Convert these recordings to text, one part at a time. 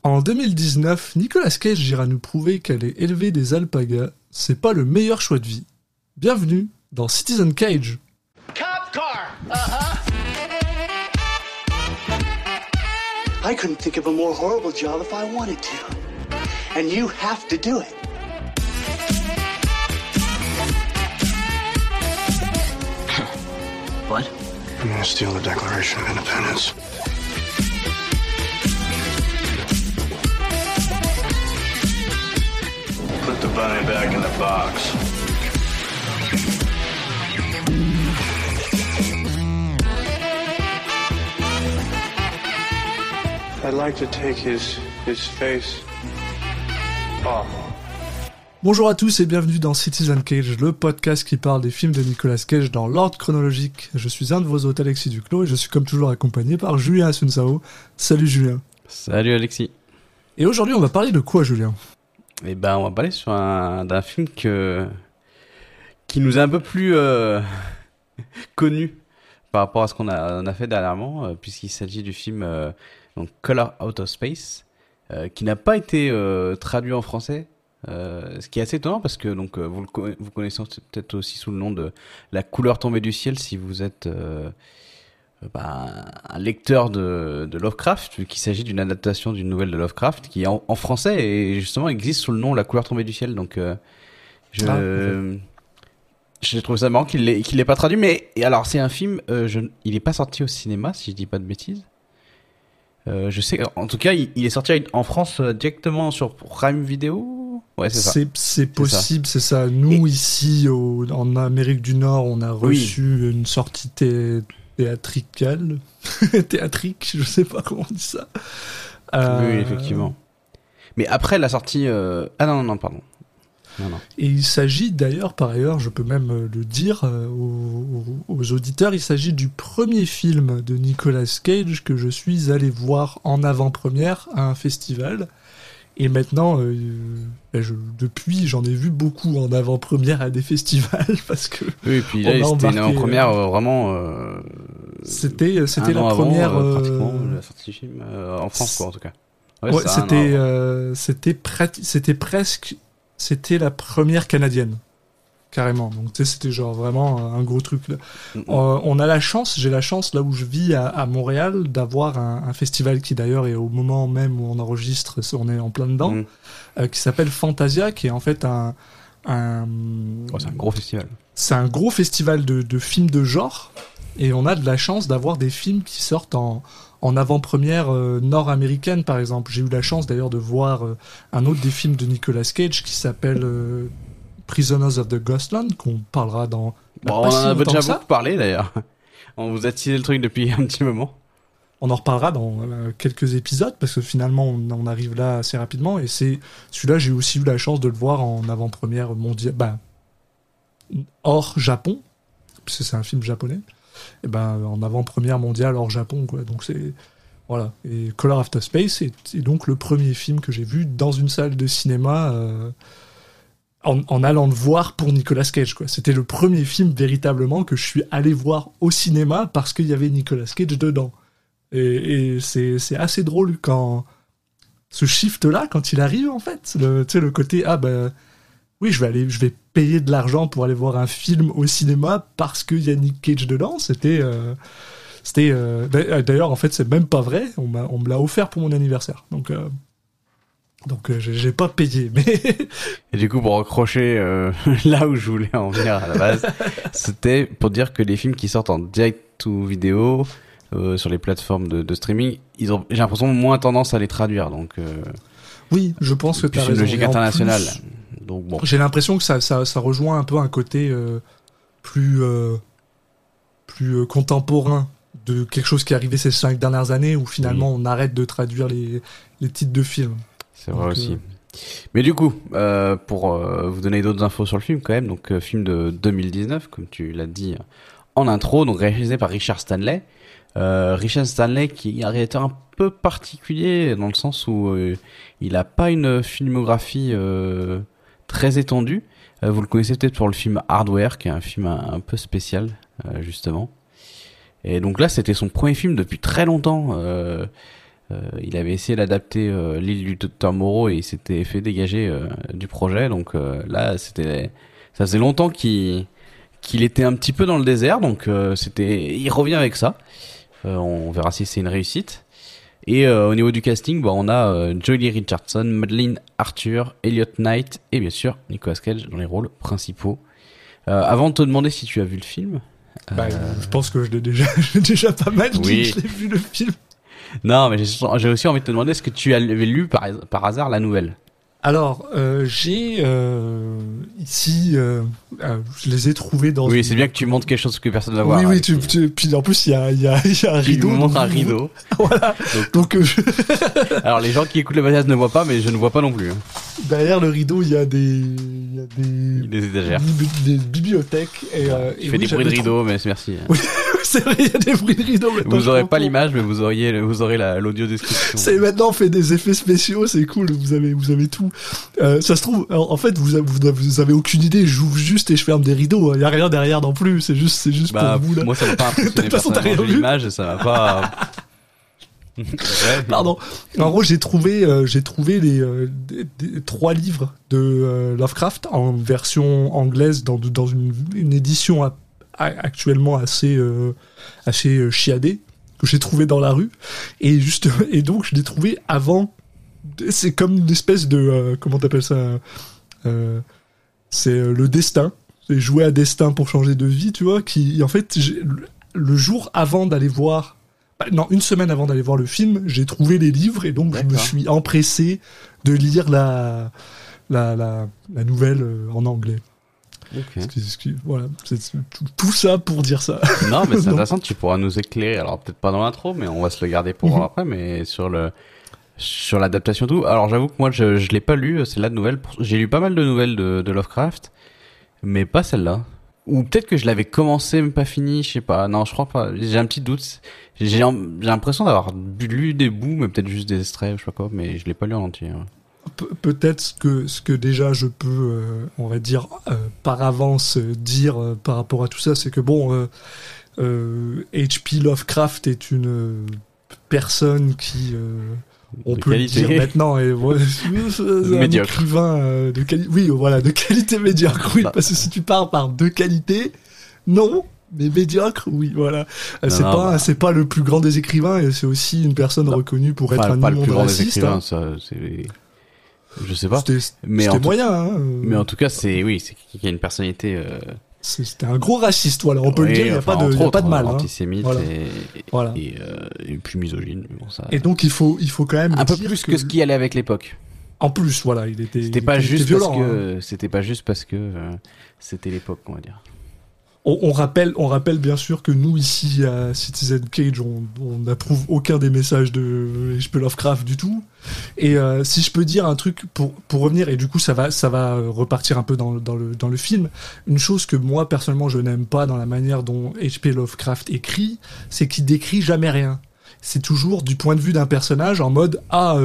En 2019, Nicolas Cage ira nous prouver qu'aller élever des alpagas, c'est pas le meilleur choix de vie. Bienvenue dans Citizen Cage. Cop car! Uh-huh. I couldn't think of a more horrible job if I wanted to. And you have to do it. What? I'm gonna steal the Declaration of Independence. Put the bunny back in the box. I'd like to take his face off. Bonjour à tous et bienvenue dans Citizen Cage, le podcast qui parle des films de Nicolas Cage dans l'ordre chronologique. Je suis un de vos hôtes, Alexis Duclos, et je suis comme toujours accompagné par Julien Asunsao. Salut Julien. Salut Alexis. Et aujourd'hui on va parler de quoi, Julien ? Eh ben on va parler d'un film qui nous est un peu plus connu par rapport à ce qu'on a fait dernièrement, puisqu'il s'agit du film donc Color Out of Space, qui n'a pas été traduit en français. Ce qui est assez étonnant parce que donc vous connaissez peut-être aussi sous le nom de La couleur tombée du ciel si vous êtes un lecteur de Lovecraft, vu qu'il s'agit d'une adaptation d'une nouvelle de Lovecraft qui en français et justement existe sous le nom La couleur tombée du ciel. Donc j'ai trouvé ça marrant qu'il l'ait pas traduit. Mais et alors c'est un film, il est pas sorti au cinéma si je dis pas de bêtises. Je sais, en tout cas, il est sorti en France directement sur Prime Video. Ouais, c'est ça. C'est possible, c'est ça. Nous, ici, en Amérique du Nord, on a reçu une sortie théâtricale. Théâtrique, je sais pas comment on dit ça. Oui, effectivement. Mais après la sortie... Ah non, pardon. Non. Et il s'agit d'ailleurs, par ailleurs, je peux même le dire aux auditeurs, il s'agit du premier film de Nicolas Cage que je suis allé voir en avant-première à un festival. Et maintenant, depuis, j'en ai vu beaucoup en avant-première à des festivals parce que. Oui, et puis là, c'était une avant-première vraiment. C'était la première. Pratiquement la sortie du film en France, quoi, en tout cas. Ouais, c'était la première canadienne, carrément. Donc tu sais, c'était genre vraiment un gros truc là. J'ai la chance là où je vis à Montréal d'avoir un festival qui d'ailleurs est au moment même où on enregistre, on est en plein dedans, qui s'appelle Fantasia, qui est en fait c'est un gros festival. C'est un gros festival de films de genre, et on a de la chance d'avoir des films qui sortent en avant-première nord-américaine, par exemple. J'ai eu la chance d'ailleurs de voir un autre des films de Nicolas Cage qui s'appelle Prisoners of the Ghostland, qu'on parlera dans... on en avait déjà beaucoup parlé d'ailleurs. On vous a teasé le truc depuis un petit moment. On en reparlera dans quelques épisodes, parce que finalement on arrive là assez rapidement, et celui-là j'ai aussi eu la chance de le voir en avant-première mondiale, hors Japon, parce que c'est un film japonais. Et en avant-première mondiale hors Japon, quoi. Donc c'est voilà. Et Color Out of Space est donc le premier film que j'ai vu dans une salle de cinéma en allant le voir pour Nicolas Cage, quoi. C'était le premier film véritablement que je suis allé voir au cinéma parce qu'il y avait Nicolas Cage dedans. Et c'est assez drôle quand ce shift-là, quand il arrive en fait, le côté oui, je vais payer de l'argent pour aller voir un film au cinéma parce qu'il y a Nick Cage dedans. D'ailleurs, en fait, c'est même pas vrai. On me l'a offert pour mon anniversaire. Donc j'ai pas payé. Mais et du coup, pour recrocher là où je voulais en venir à la base, c'était pour dire que les films qui sortent en direct ou vidéo sur les plateformes de streaming, j'ai l'impression moins tendance à les traduire. Donc oui, je pense que t'as raison. C'est une logique internationale. Donc, bon. J'ai l'impression que ça rejoint un peu un côté plus contemporain de quelque chose qui est arrivé ces 5 dernières années, où finalement on arrête de traduire les titres de films. C'est vrai aussi. Mais du coup, pour vous donner d'autres infos sur le film quand même, donc film de 2019, comme tu l'as dit en intro, donc réalisé par Richard Stanley. Richard Stanley qui est un réalisateur un peu particulier dans le sens où il a pas une filmographie très étendue. Vous le connaissez peut-être pour le film Hardware, qui est un film un peu spécial justement. Et donc là, c'était son premier film depuis très longtemps. Il avait essayé d'adapter l'île du Docteur Moreau et il s'était fait dégager du projet. Donc là, ça faisait longtemps qu'il était un petit peu dans le désert. Donc il revient avec ça. On verra si c'est une réussite. Et au niveau du casting, on a Joely Richardson, Madeleine Arthur, Elliot Knight et bien sûr Nicolas Cage dans les rôles principaux. Avant de te demander si tu as vu le film. Je pense que j'ai déjà pas mal dit que je l'ai vu le film. Non, mais j'ai aussi envie de te demander, est-ce que tu avais lu par hasard la nouvelle? Alors, j'ai ici, je les ai trouvés dans. Oui, c'est bien que tu montres quelque chose que personne ne va voir. Oui, puis en plus il y a un rideau. Il montre un rideau. Voilà. Donc alors les gens qui écoutent le podcast ne voient pas, mais je ne vois pas non plus. Derrière le rideau, il y a des étagères, des bibliothèques. Tu fais des bruits de rideau, mais merci. Oui, c'est vrai, il y a des bruits de rideau. Vous aurez pas l'image, mais vous aurez l'audio description. C'est maintenant on fait des effets spéciaux, c'est cool. Vous avez tout. Ça se trouve, en fait, vous avez aucune idée. J'ouvre juste et je ferme des rideaux. Il y a rien derrière non plus. C'est juste pour vous là. Moi, ça m'a pas impressionné. Personnellement, j'ai l'image et ça m'a pas. Pardon. En gros, j'ai trouvé les 3 livres de Lovecraft en version anglaise dans une édition actuellement assez chiadée que j'ai trouvé dans la rue et donc je l'ai trouvé avant. C'est comme une espèce de comment t'appelles ça, c'est le destin. C'est jouer à destin pour changer de vie, tu vois. Qui en fait, le jour avant d'aller voir. Une semaine avant d'aller voir le film, j'ai trouvé les livres et donc je me suis empressé de lire la nouvelle en anglais. Voilà, c'est tout ça pour dire ça. Non, mais c'est intéressant, tu pourras nous éclairer. Alors peut-être pas dans l'intro, mais on va se le garder pour après. Mais sur l'adaptation tout. Alors j'avoue que moi je l'ai pas lu, c'est la nouvelle. J'ai lu pas mal de nouvelles de Lovecraft, mais pas celle-là. Ou peut-être que je l'avais commencé mais pas fini, je sais pas. Non, je crois pas. J'ai un petit doute. J'ai l'impression d'avoir lu des bouts, mais peut-être juste des extraits, je sais pas quoi, mais je l'ai pas lu en entier. Ouais. Peut-être ce que déjà je peux, on va dire, par avance dire par rapport à tout ça, c'est que H.P. Lovecraft est une personne qui... on peut le dire maintenant, et un écrivain de qualité, oui, voilà, de qualité médiocre, oui, parce que si tu pars par de qualité, non, mais médiocre, oui, voilà. C'est pas le plus grand des écrivains, et c'est aussi une personne reconnue pour être un immonde raciste. Des écrivains, ça, c'est... Je sais pas. C'était moyen, hein. Mais en tout cas, c'est qu'il y a une personnalité. C'était un gros raciste, voilà, on peut le dire, il n'y a pas de mal. Antisémite voilà. Et plus misogyne. Bon, ça... Et donc il faut quand même un peu plus que ce qui allait avec l'époque. En plus, voilà, C'était pas juste parce que c'était l'époque, on va dire. On rappelle bien sûr que nous ici à Citizen Cage, on n'approuve aucun des messages de H.P. Lovecraft du tout. Et si je peux dire un truc pour revenir, et du coup ça va repartir un peu dans le film. Une chose que moi personnellement je n'aime pas dans la manière dont H.P. Lovecraft écrit, c'est qu'il décrit jamais rien. C'est toujours du point de vue d'un personnage en mode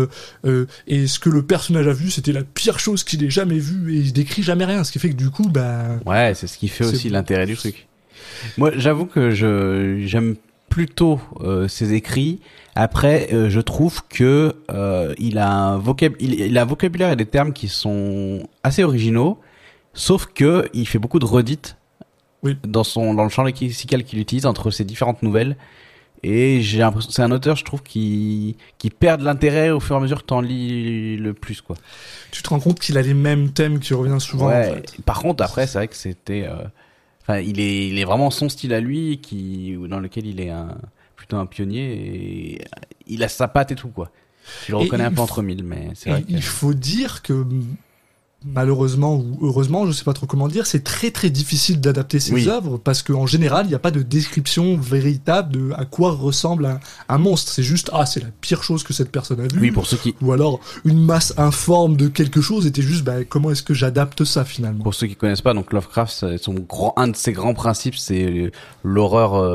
et ce que le personnage a vu c'était la pire chose qu'il ait jamais vue, et il décrit jamais rien, ce qui fait que du coup ouais, c'est ce qui fait aussi l'intérêt du truc. Moi j'avoue que j'aime plutôt ses écrits. Après je trouve que il a un vocabulaire et des termes qui sont assez originaux, sauf que il fait beaucoup de redites dans le champ lexical qu'il utilise entre ses différentes nouvelles. Et j'ai l'impression c'est un auteur, je trouve, qui perd de l'intérêt au fur et à mesure que t'en lis le plus, quoi. Tu te rends compte qu'il a les mêmes thèmes qui reviennent souvent. Ouais. En fait. Par contre, après, c'est vrai que c'était, il est vraiment son style à lui, dans lequel il est plutôt un pionnier, et il a sa patte et tout, quoi. Tu le reconnais un peu entre mille, mais c'est vrai que... Il faut dire que malheureusement ou heureusement, je sais pas trop comment dire, c'est très très difficile d'adapter ses œuvres parce qu'en général, il n'y a pas de description véritable de à quoi ressemble un monstre. C'est juste c'est la pire chose que cette personne a vue. Oui, pour ceux qui... Ou alors une masse informe de quelque chose, était juste comment est-ce que j'adapte ça finalement. Pour ceux qui connaissent pas, donc Lovecraft, un de ses grands principes, c'est l'horreur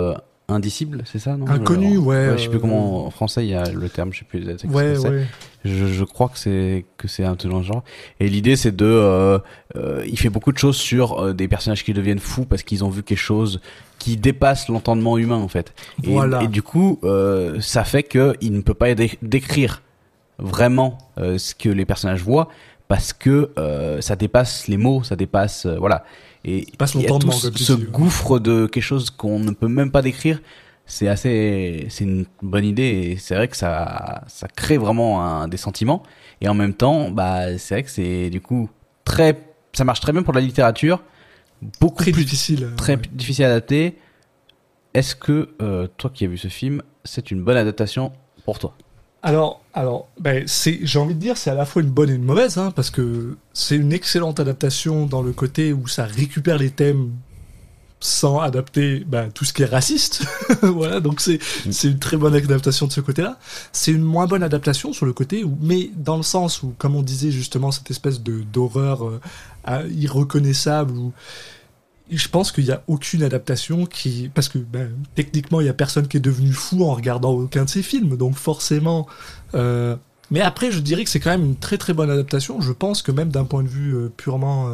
Indicible, c'est ça, non? Inconnu, Alors, ouais. je sais plus comment en français il y a le terme, je sais plus exactement Ouais, ce que ouais. c'est. Je crois que c'est un truc dans le genre. Et l'idée c'est de il fait beaucoup de choses sur des personnages qui deviennent fous parce qu'ils ont vu quelque chose qui dépasse l'entendement humain en fait. Voilà. Et du coup ça fait que il ne peut pas décrire vraiment ce que les personnages voient parce que ça dépasse les mots, ça dépasse voilà. Et passe il y a l'entendement, tout comme tu ce dis, ouais. gouffre de quelque chose qu'on ne peut même pas décrire. C'est une bonne idée et c'est vrai que ça crée vraiment des sentiments. Et en même temps, bah, c'est vrai que c'est du coup ça marche très bien pour la littérature. Beaucoup Très plus difficile. très Ouais. difficile à adapter. Est-ce que toi qui as vu ce film, c'est une bonne adaptation pour toi? Alors, ben, j'ai envie de dire, c'est à la fois une bonne et une mauvaise, hein, parce que c'est une excellente adaptation dans le côté où ça récupère les thèmes sans adapter ben, tout ce qui est raciste. Voilà, donc c'est une très bonne adaptation de ce côté-là. C'est une moins bonne adaptation sur le côté où, mais dans le sens où, comme on disait justement, cette espèce d'horreur irreconnaissable où je pense qu'il n'y a aucune adaptation qui... Parce que ben, techniquement, il n'y a personne qui est devenu fou en regardant aucun de ces films. Donc forcément... Mais après, je dirais que c'est quand même une très très bonne adaptation. Je pense que même d'un point de vue purement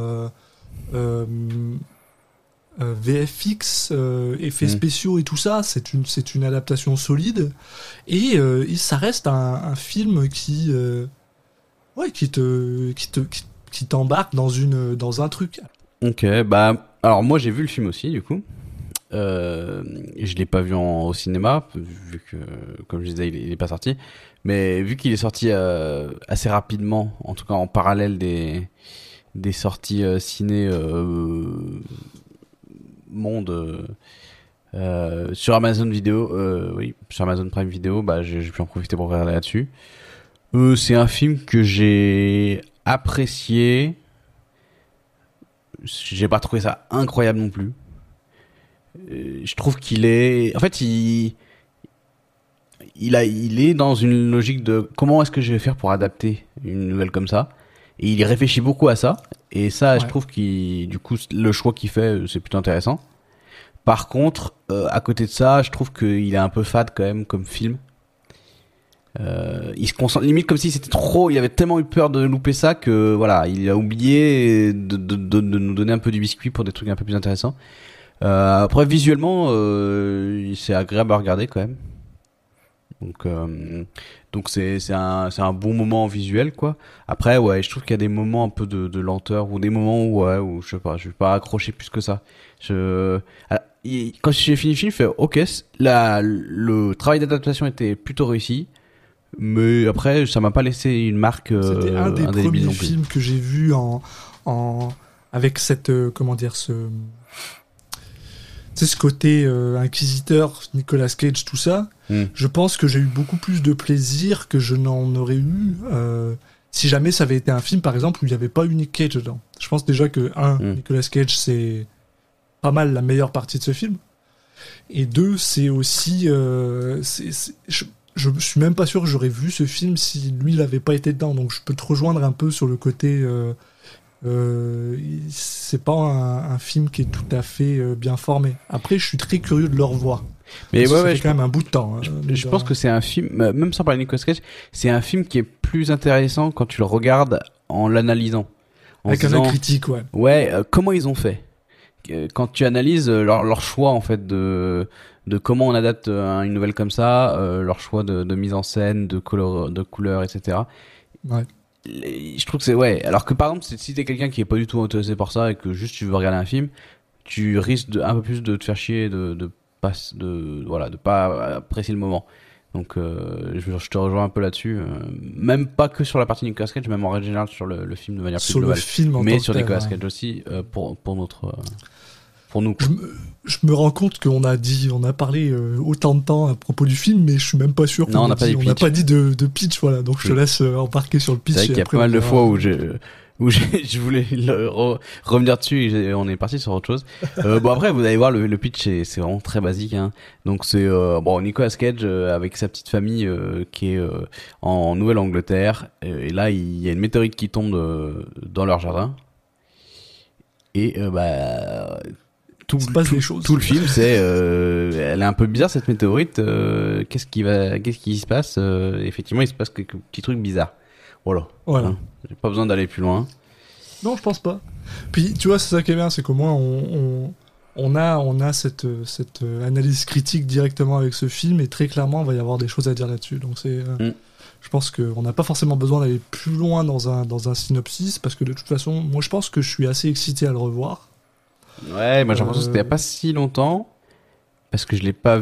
VFX, effets spéciaux et tout ça, c'est une adaptation solide. Et ça reste un film qui t'embarque dans un truc. Ok, bah alors moi j'ai vu le film aussi du coup. Je l'ai pas vu au cinéma vu que comme je disais il est pas sorti. Mais vu qu'il est sorti assez rapidement, en tout cas en parallèle des sorties ciné monde sur Amazon Vidéo, oui sur Amazon Prime Video, bah j'ai pu en profiter pour regarder là-dessus. C'est un film que j'ai apprécié. J'ai pas trouvé ça incroyable non plus. Je trouve qu'il est, en fait, il est dans une logique de comment est-ce que je vais faire pour adapter une nouvelle comme ça. Et il y réfléchit beaucoup à ça. Et ça, je trouve du coup, le choix qu'il fait, c'est plutôt intéressant. Par contre, à côté de ça, je trouve qu'il est un peu fade quand même comme film. Il se concentre limite comme si c'était trop, il avait tellement eu peur de louper ça que voilà, il a oublié de nous donner un peu du biscuit pour des trucs un peu plus intéressants. Après visuellement c'est agréable à regarder quand même. Donc c'est un bon moment visuel quoi. Après ouais, je trouve qu'il y a des moments un peu de lenteur ou des moments où je sais pas, je vais pas accrocher plus que ça. Quand j'ai fini le film, je fais OK, le travail d'adaptation était plutôt réussi. Mais après, ça m'a pas laissé une marque C'était un des premiers non plus. films que j'ai vu avec cette comment dire ce côté inquisiteur, Nicolas Cage, tout ça. Je pense que j'ai eu beaucoup plus de plaisir que je n'en aurais eu si jamais ça avait été un film, par exemple, où il n'y avait pas eu Nick Cage dedans. Je pense déjà que Nicolas Cage, c'est pas mal la meilleure partie de ce film. Et deux, c'est aussi je suis même pas sûr que j'aurais vu ce film si lui il avait pas été dedans, donc je peux te rejoindre un peu sur le côté c'est pas un film qui est tout à fait bien formé. Après je suis très curieux de le revoir. Mais ça ouais, fait quand même un bout de temps. Je pense que c'est un film, même sans parler de Nicolas Cage, c'est un film qui est plus intéressant quand tu le regardes en l'analysant. Avec un œil critique, ouais. Ouais, comment ils ont fait. Quand tu analyses leur choix en fait de comment on adapte une nouvelle comme ça, leur choix de mise en scène, de couleur, etc. Ouais. Je trouve que c'est ouais. Alors que par exemple, si t'es quelqu'un qui est pas du tout intéressé par ça et que juste tu veux regarder un film, tu risques un peu plus de te faire chier, de pas apprécier le moment. Donc je te rejoins un peu là-dessus. Même pas que sur la partie Nicolas Cage, même en règle générale sur le film de manière plus globale. Sur le film en mais tant que sur tel, Nicolas Cage aussi pour nous. Je me rends compte qu'on a parlé autant de temps à propos du film, mais je suis même pas sûr qu'on n'a pas dit de pitch, voilà. Donc je te laisse embarquer sur le pitch. C'est vrai qu'il y a pas mal de fois où je voulais revenir dessus et on est parti sur autre chose. Bon après vous allez voir le pitch c'est vraiment très basique hein. Donc c'est Nicolas Cage avec sa petite famille qui est en Nouvelle-Angleterre et là il y a une météorite qui tombe dans leur jardin et tout, il se passe tout- des choses. tout le film, c'est, elle est un peu bizarre cette météorite. Qu'est-ce qui se passe Effectivement, il se passe quelques petits trucs bizarres. Voilà. Voilà. Hein, j'ai pas besoin d'aller plus loin. Non, je pense pas. Puis, tu vois, c'est ça qui est bien, c'est qu'au moins, on a cette analyse critique directement avec ce film, et très clairement, il va y avoir des choses à dire là-dessus. Donc, je pense qu'on n'a pas forcément besoin d'aller plus loin dans un synopsis, parce que de toute façon, moi, je pense que je suis assez excité à le revoir. Ouais, moi j'ai l'impression que c'était il y a pas si longtemps, parce que je l'ai pas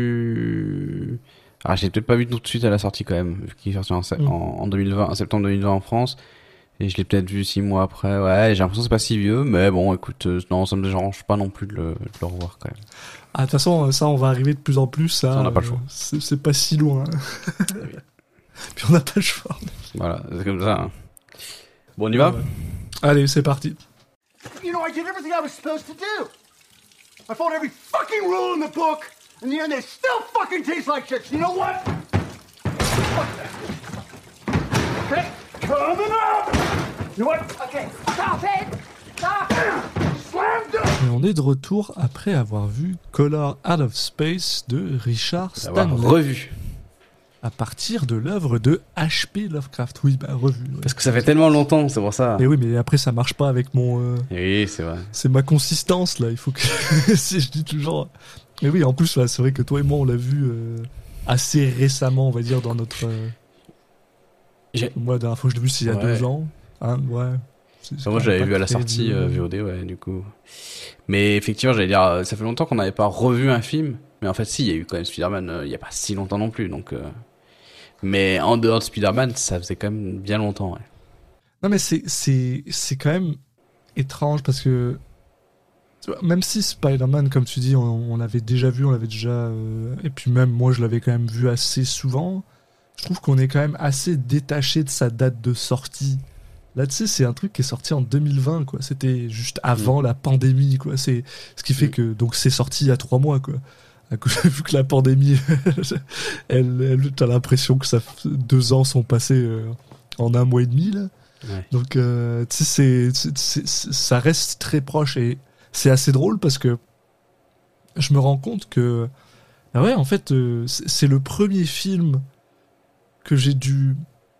vu. Ah, je l'ai peut-être pas vu tout de suite à la sortie quand même, vu qu'il est sorti en 2020, en septembre 2020 en France, et je l'ai peut-être vu 6 mois après. Ouais, j'ai l'impression que c'est pas si vieux, mais bon, écoute, non, ça me dérange pas non plus de le revoir quand même. Ah, de toute façon, ça, on va arriver de plus en plus. Ça, on n'a pas le choix. C'est pas si loin. Puis on n'a pas le choix. Voilà, c'est comme ça. Hein. Bon, on y va. Ouais. Allez, c'est parti. You know, I did everything I was supposed to do. I followed every fucking rule in the book. In the end, they still fucking taste like shit. You know what? Fuck that. Okay, coming up. You know what? Okay, stop it. Stop. Slam dunk. Et on est de retour après avoir vu Color Out of Space de Richard D'avoir Stanley. revu. À partir de l'œuvre de H.P. Lovecraft. Oui, bah revu. Ouais. Parce que ça fait tellement longtemps, c'est pour ça. Et oui, mais après, ça marche pas avec mon. Oui, c'est vrai. C'est ma consistance, là. Il faut que. Je dis toujours. Mais oui, en plus, là, c'est vrai que toi et moi, on l'a vu assez récemment, on va dire, dans notre. Moi, la dernière fois que je l'ai vu, c'est il y a 2 ans. Hein, ouais. Moi, je l'avais vu à la très sortie vieux. VOD, ouais, du coup. Mais effectivement, j'allais dire, ça fait longtemps qu'on n'avait pas revu un film. Mais en fait, si, il y a eu quand même Spider-Man il y a pas si longtemps non plus. Donc, mais en dehors de Spider-Man, ça faisait quand même bien longtemps, ouais. Non, mais c'est quand même étrange parce que tu vois, même si Spider-Man, comme tu dis, on l'avait déjà vu, et puis même moi je l'avais quand même vu assez souvent, je trouve qu'on est quand même assez détaché de sa date de sortie. Là, tu sais, c'est un truc qui est sorti en 2020, quoi. C'était juste avant la pandémie, quoi. C'est ce qui fait que donc c'est sorti il y a 3 mois, quoi. Vu que la pandémie, t'as l'impression que 2 ans sont passés en 1 mois et demi, là. Ouais. Donc, tu sais, ça reste très proche, et c'est assez drôle parce que je me rends compte que, ah ouais, en fait, c'est le premier film que j'ai dû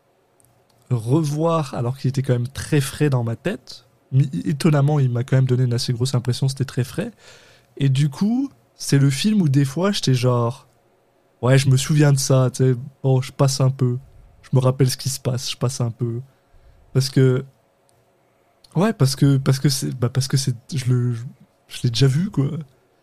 revoir alors qu'il était quand même très frais dans ma tête. Mais, étonnamment, il m'a quand même donné une assez grosse impression, c'était très frais. Et du coup, c'est le film où des fois j'étais genre, ouais, je me souviens de ça, tu sais, bon, je passe un peu, je me rappelle ce qui se passe, je passe un peu. Parce que je l'ai déjà vu, quoi.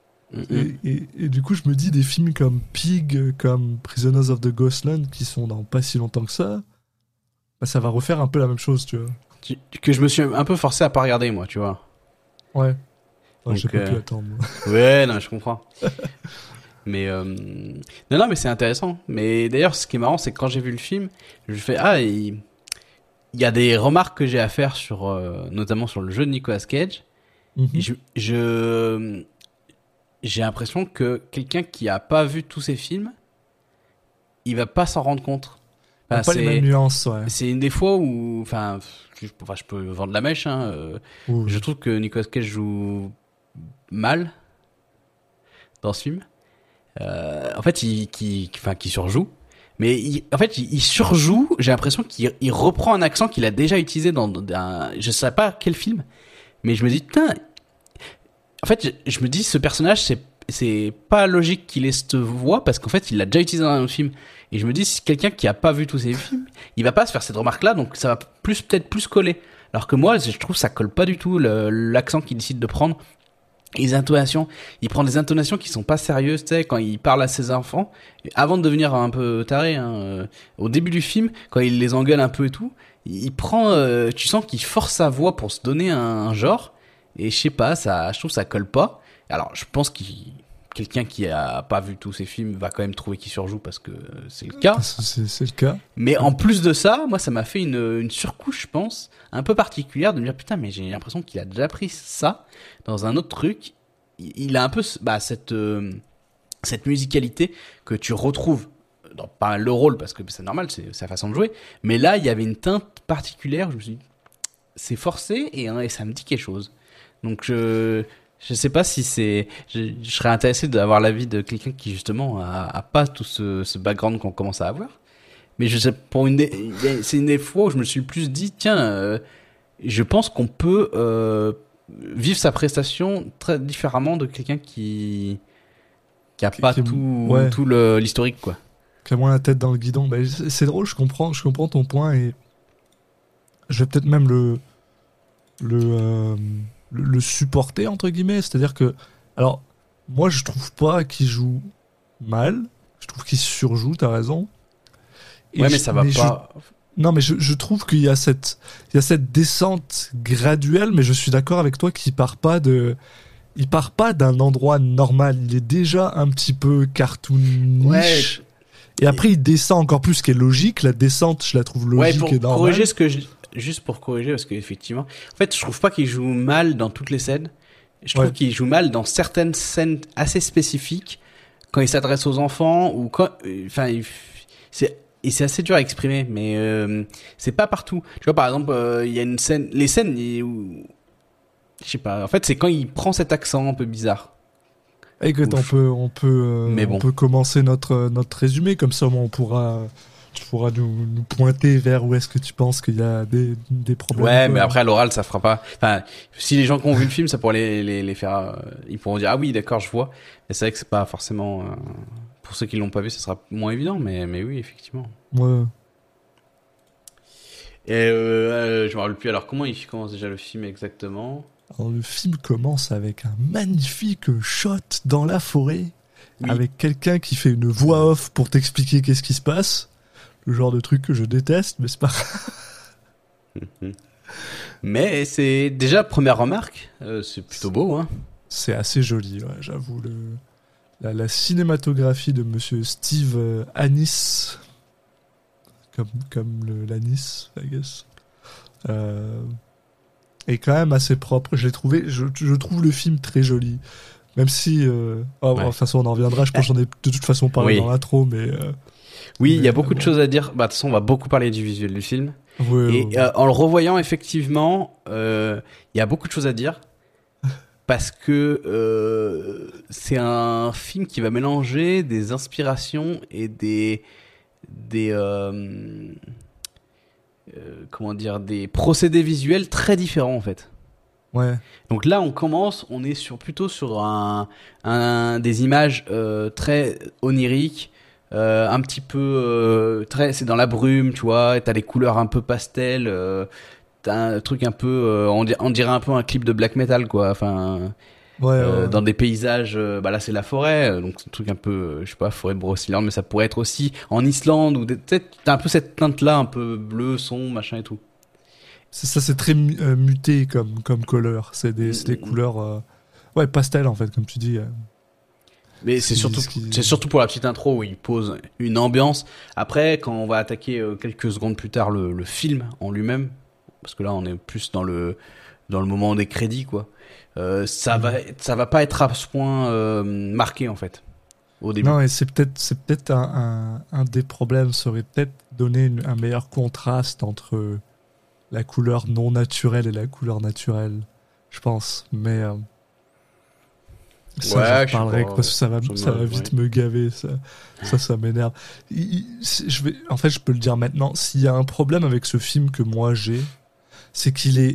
Et du coup, je me dis, des films comme Pig, comme Prisoners of the Ghostland, qui sont dans pas si longtemps que ça, bah, ça va refaire un peu la même chose, tu vois. Que je me suis un peu forcé à pas regarder, moi, tu vois. Ouais. Donc, j'ai pas pu attendre, moi. Ouais, non, je comprends. Mais non, mais c'est intéressant. Mais d'ailleurs, ce qui est marrant, c'est que quand j'ai vu le film, je fais il y a des remarques que j'ai à faire sur, notamment sur le jeu de Nicolas Cage. Mm-hmm. Et j'ai l'impression que quelqu'un qui a pas vu tous ces films, il va pas s'en rendre compte. Enfin, pas les mêmes nuances, ouais. C'est une des fois où, enfin, je peux vendre la mèche. Hein, je trouve que Nicolas Cage joue mal dans ce film. En fait, qui surjoue. Mais il surjoue. J'ai l'impression qu'il reprend un accent qu'il a déjà utilisé dans je sais pas quel film. Mais je me dis, putain. En fait, je me dis, ce personnage, c'est pas logique qu'il ait cette voix parce qu'en fait, il l'a déjà utilisé dans un autre film. Et je me dis, si quelqu'un qui a pas vu tous ces films, il va pas se faire cette remarque-là, donc ça va peut-être plus coller. Alors que moi, je trouve que ça colle pas du tout l'accent qu'il décide de prendre. Les intonations, il prend des intonations qui sont pas sérieuses, tu sais, quand il parle à ses enfants, avant de devenir un peu taré, hein, au début du film, quand il les engueule un peu et tout, il prend, tu sens qu'il force sa voix pour se donner un genre, et je sais pas, je trouve que ça colle pas. Alors, je pense quelqu'un qui a pas vu tous ces films va quand même trouver qu'il surjoue parce que c'est le cas. C'est le cas. Mais en plus de ça, moi, ça m'a fait une surcouche, je pense, un peu particulière de me dire, putain, mais j'ai l'impression qu'il a déjà pris ça dans un autre truc. Il a un peu, cette musicalité que tu retrouves dans pas mal de rôles parce que c'est normal, c'est sa façon de jouer. Mais là, il y avait une teinte particulière. Je me suis dit, c'est forcé et ça me dit quelque chose. Donc, je Je sais pas si je serais intéressé d'avoir l'avis de quelqu'un qui justement a pas tout ce background qu'on commence à avoir. Mais je sais, c'est une des fois où je me suis plus dit, tiens, je pense qu'on peut vivre sa prestation très différemment de quelqu'un qui a pas tout l'historique, quoi. Qui a moins la tête dans le guidon. Bah, c'est drôle, je comprends ton point et je vais peut-être même le supporter entre guillemets, c'est-à-dire que, alors moi je trouve pas qu'il joue mal, je trouve qu'il surjoue, t'as raison. Et mais ça va pas. Non, mais je trouve qu'il y a cette descente graduelle, mais je suis d'accord avec toi qu'il part pas d'un endroit normal, il est déjà un petit peu cartoonish. Ouais. Et après il descend encore plus, ce qui est logique, la descente je la trouve logique et normale. Juste pour corriger, parce qu'effectivement, en fait, je trouve pas qu'il joue mal dans toutes les scènes. Je trouve qu'il joue mal dans certaines scènes assez spécifiques, quand il s'adresse aux enfants, ou quand, enfin, c'est assez dur à exprimer, mais c'est pas partout. Tu vois, par exemple, il y a une scène, les scènes où, je sais pas, en fait, c'est quand il prend cet accent un peu bizarre. Écoute, on peut commencer notre résumé, comme ça, tu pourras nous pointer vers où est-ce que tu penses qu'il y a des problèmes. Ouais, mais après à l'oral ça fera pas. Enfin, si les gens qui ont vu le film, ça pourrait les faire. Ils pourront dire ah oui d'accord je vois. Mais c'est vrai que c'est pas forcément pour ceux qui l'ont pas vu, ça sera moins évident. Mais oui effectivement. Ouais. Et je me rappelle plus. Alors comment il commence déjà le film exactement? Alors le film commence avec un magnifique shot dans la forêt, avec quelqu'un qui fait une voix off pour t'expliquer qu'est-ce qui se passe. Le genre de truc que je déteste, mais c'est pas grave. Mais c'est déjà première remarque, c'est plutôt beau, hein. C'est assez joli, ouais, j'avoue. La cinématographie de Monsieur Steve Anis, comme l'anis, I guess, est quand même assez propre. Je trouve le film très joli, même si, de toute façon on en reviendra. Je pense que j'en ai de toute façon parlé dans l'intro, mais. Oui, il y a beaucoup de choses à dire. Bah, de toute façon, on va beaucoup parler du visuel du film. En le revoyant, effectivement, il y a beaucoup de choses à dire. Parce que c'est un film qui va mélanger des inspirations et des des procédés visuels très différents, en fait. Ouais. Donc là, on est plutôt sur des images très oniriques. Un petit peu c'est dans la brume, tu vois, t'as les couleurs un peu pastel, t'as un truc un peu on dirait un peu un clip de black metal, quoi, enfin dans des paysages, là c'est la forêt, donc c'est un truc un peu je sais pas, forêt de Brocéliande, mais ça pourrait être aussi en Islande, ou peut-être t'as un peu cette teinte là un peu bleu sombre machin et tout. C'est très muté comme couleur, c'est des couleurs pastel en fait, comme tu dis. Mais c'est surtout pour la petite intro où il pose une ambiance. Après, quand on va attaquer quelques secondes plus tard le film en lui-même, parce que là on est plus dans le moment des crédits, quoi. Ça va pas être à ce point marqué en fait au début. Non, et c'est peut-être un des problèmes, ça aurait peut-être donné un meilleur contraste entre la couleur non naturelle et la couleur naturelle, je pense. Mais ça, j'en parlerai parce que ça va vite me gaver, ça m'énerve. Je peux le dire maintenant, s'il y a un problème avec ce film que moi j'ai, c'est qu'il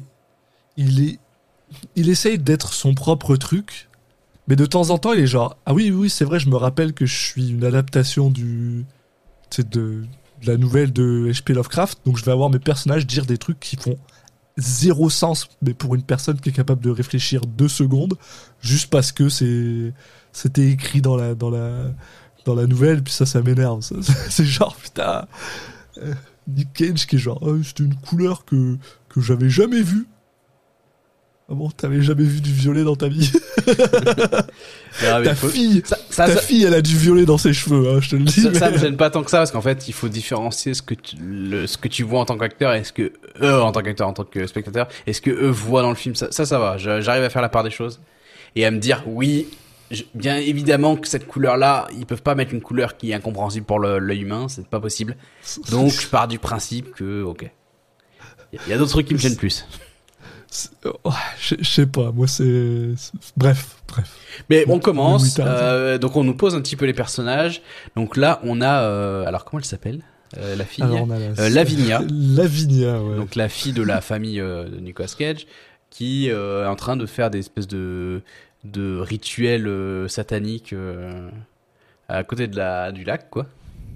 essaye d'être son propre truc, mais de temps en temps il est genre ah oui c'est vrai, je me rappelle que je suis une adaptation de la nouvelle de H.P. Lovecraft, donc je vais avoir mes personnages dire des trucs qui font zéro sens, mais pour une personne qui est capable de réfléchir 2 secondes, juste parce que c'était écrit dans la nouvelle, puis ça m'énerve. C'est genre, putain, Nick Cage qui est genre, c'était une couleur que j'avais jamais vue. Ah bon, t'avais jamais vu du violet dans ta vie? Ta fille, elle a du violet dans ses cheveux, hein, je te le dis. Ça me gêne pas tant que ça, parce qu'en fait, il faut différencier ce que tu vois en tant qu'acteur et en tant que spectateur, et ce que eux voient dans le film. Ça va. J'arrive à faire la part des choses et à me dire, oui, bien évidemment que cette couleur-là, ils peuvent pas mettre une couleur qui est incompréhensible pour l'œil humain, c'est pas possible. Donc, je pars du principe que, ok. Il y a d'autres trucs qui me gênent plus. Je sais pas, moi bref. Mais on commence, oui, donc on nous pose un petit peu les personnages. Donc là, on a, alors comment elle s'appelle la fille Alors, on a Lavinia. Lavinia, ouais. Donc la fille de la famille de Nicolas Cage, qui est en train de faire des espèces de rituels sataniques à côté du lac, quoi.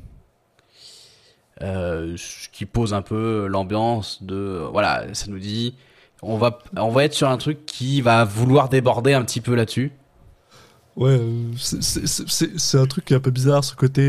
Ce qui pose un peu l'ambiance de, voilà, ça nous dit, on va être sur un truc qui va vouloir déborder un petit peu là-dessus. Ouais, c'est un truc qui est un peu bizarre, ce côté.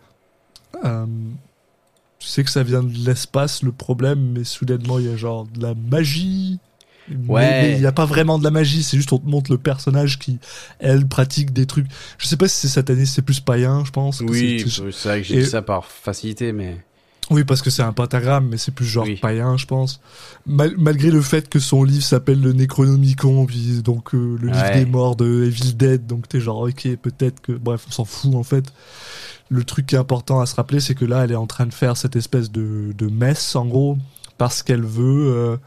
Tu sais que ça vient de l'espace, le problème, mais soudainement il y a genre de la magie. Mais il n'y a pas vraiment de la magie, c'est juste on te montre le personnage qui, elle, pratique des trucs. Je sais pas si c'est sataniste, c'est plus païen, je pense. Oui, c'est vrai que j'ai dit ça par facilité, mais. Oui, parce que c'est un pentagramme, mais c'est plus genre Oui. païen, je pense. Malgré le fait que son livre s'appelle le Necronomicon, puis donc le livre des morts de Evil Dead, donc t'es genre, ok, peut-être que... Bref, on s'en fout, en fait. Le truc qui est important à se rappeler, c'est que là, elle est en train de faire cette espèce de messe, en gros, parce qu'elle veut,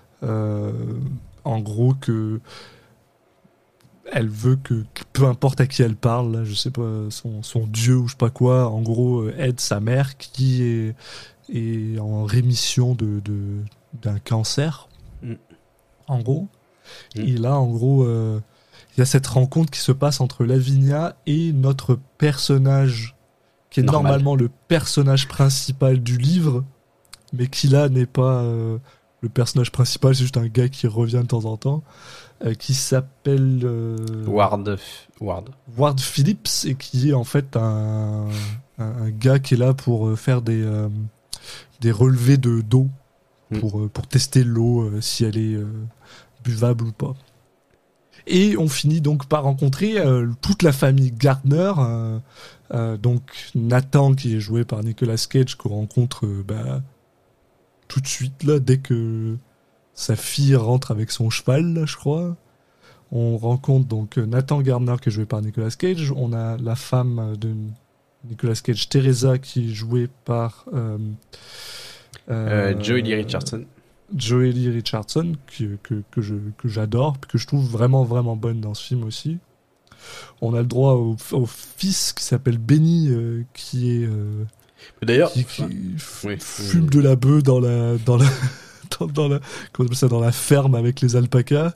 en gros, que... Elle veut que peu importe à qui elle parle, là, je sais pas, son dieu ou je sais pas quoi, en gros, aide sa mère qui est en rémission d'un cancer, en gros. Et là, en gros, il y a cette rencontre qui se passe entre Lavinia et notre personnage, qui est normalement le personnage principal du livre, mais qui là n'est pas le personnage principal, c'est juste un gars qui revient de temps en temps. Qui s'appelle Ward Phillips et qui est en fait un gars qui est là pour faire des relevés d'eau pour tester l'eau si elle est buvable ou pas. Et on finit donc par rencontrer toute la famille Gardner, donc Nathan qui est joué par Nicolas Cage qu'on rencontre tout de suite là dès que sa fille rentre avec son cheval, là, je crois. On rencontre donc Nathan Gardner, qui est joué par Nicolas Cage. On a la femme de Nicolas Cage, Teresa, qui est jouée par... Joey Lee Richardson. Joey Lee Richardson, que j'adore, que je trouve vraiment, vraiment bonne dans ce film aussi. On a le droit au fils qui s'appelle Benny, qui est... D'ailleurs... qui fume de la bœuf dans la comment on appelle ça, dans la ferme avec les alpacas.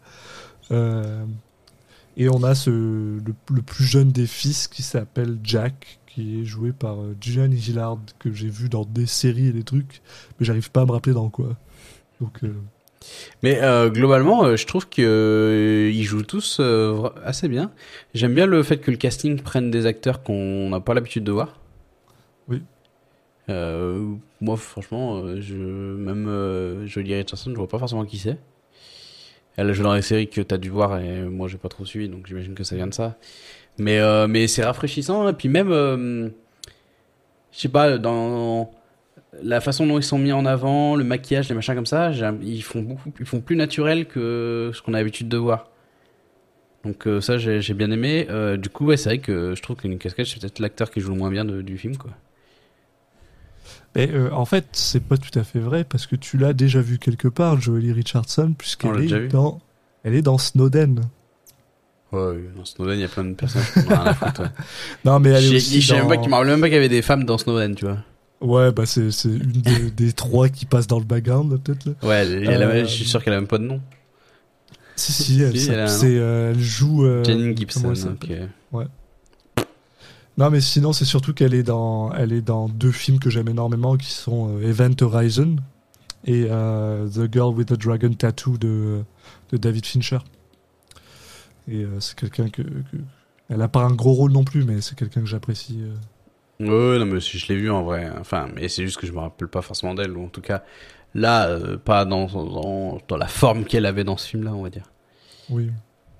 Et on a le plus jeune des fils qui s'appelle Jack, qui est joué par Julian Gillard, que j'ai vu dans des séries et des trucs, mais j'arrive pas à me rappeler dans quoi. Donc, Mais globalement, je trouve qu'ils jouent tous assez bien. J'aime bien le fait que le casting prenne des acteurs qu'on n'a pas l'habitude de voir. Oui. Moi, franchement, même Jolie Richardson, je vois pas forcément qui c'est. Elle joue dans les séries que t'as dû voir et moi j'ai pas trop suivi, donc j'imagine que ça vient de ça. Mais c'est rafraîchissant, et puis même, je sais pas, dans la façon dont ils sont mis en avant, le maquillage, les machins comme ça, ils font plus naturel que ce qu'on a l'habitude de voir. Donc ça, j'ai bien aimé. Du coup, ouais, c'est vrai que je trouve que Nicolas Cage, c'est peut-être l'acteur qui joue le moins bien du film, quoi. Mais en fait, c'est pas tout à fait vrai parce que tu l'as déjà vu quelque part, Joely Richardson, puisqu'elle est dans Snowden. Ouais, dans Snowden, il y a plein de personnages qui n'ont rien à foutre. Ouais. Non, mais elle est aussi je me rappelle même pas qu'il y avait des femmes dans Snowden, tu vois. Ouais, bah c'est une des trois qui passent dans le background, là, peut-être. Là. Ouais, je suis sûr qu'elle a même pas de nom. Si, elle joue... Janine Gibson, ok. Ouais. Non, mais sinon, c'est surtout qu'elle est dans deux films que j'aime énormément, qui sont Event Horizon et The Girl with the Dragon Tattoo de David Fincher. Et c'est quelqu'un que... Elle a pas un gros rôle non plus, mais c'est quelqu'un que j'apprécie. Ouais, non, mais je l'ai vu en vrai. Enfin, mais c'est juste que je me rappelle pas forcément d'elle, ou en tout cas, là, pas dans la forme qu'elle avait dans ce film-là, on va dire. Oui.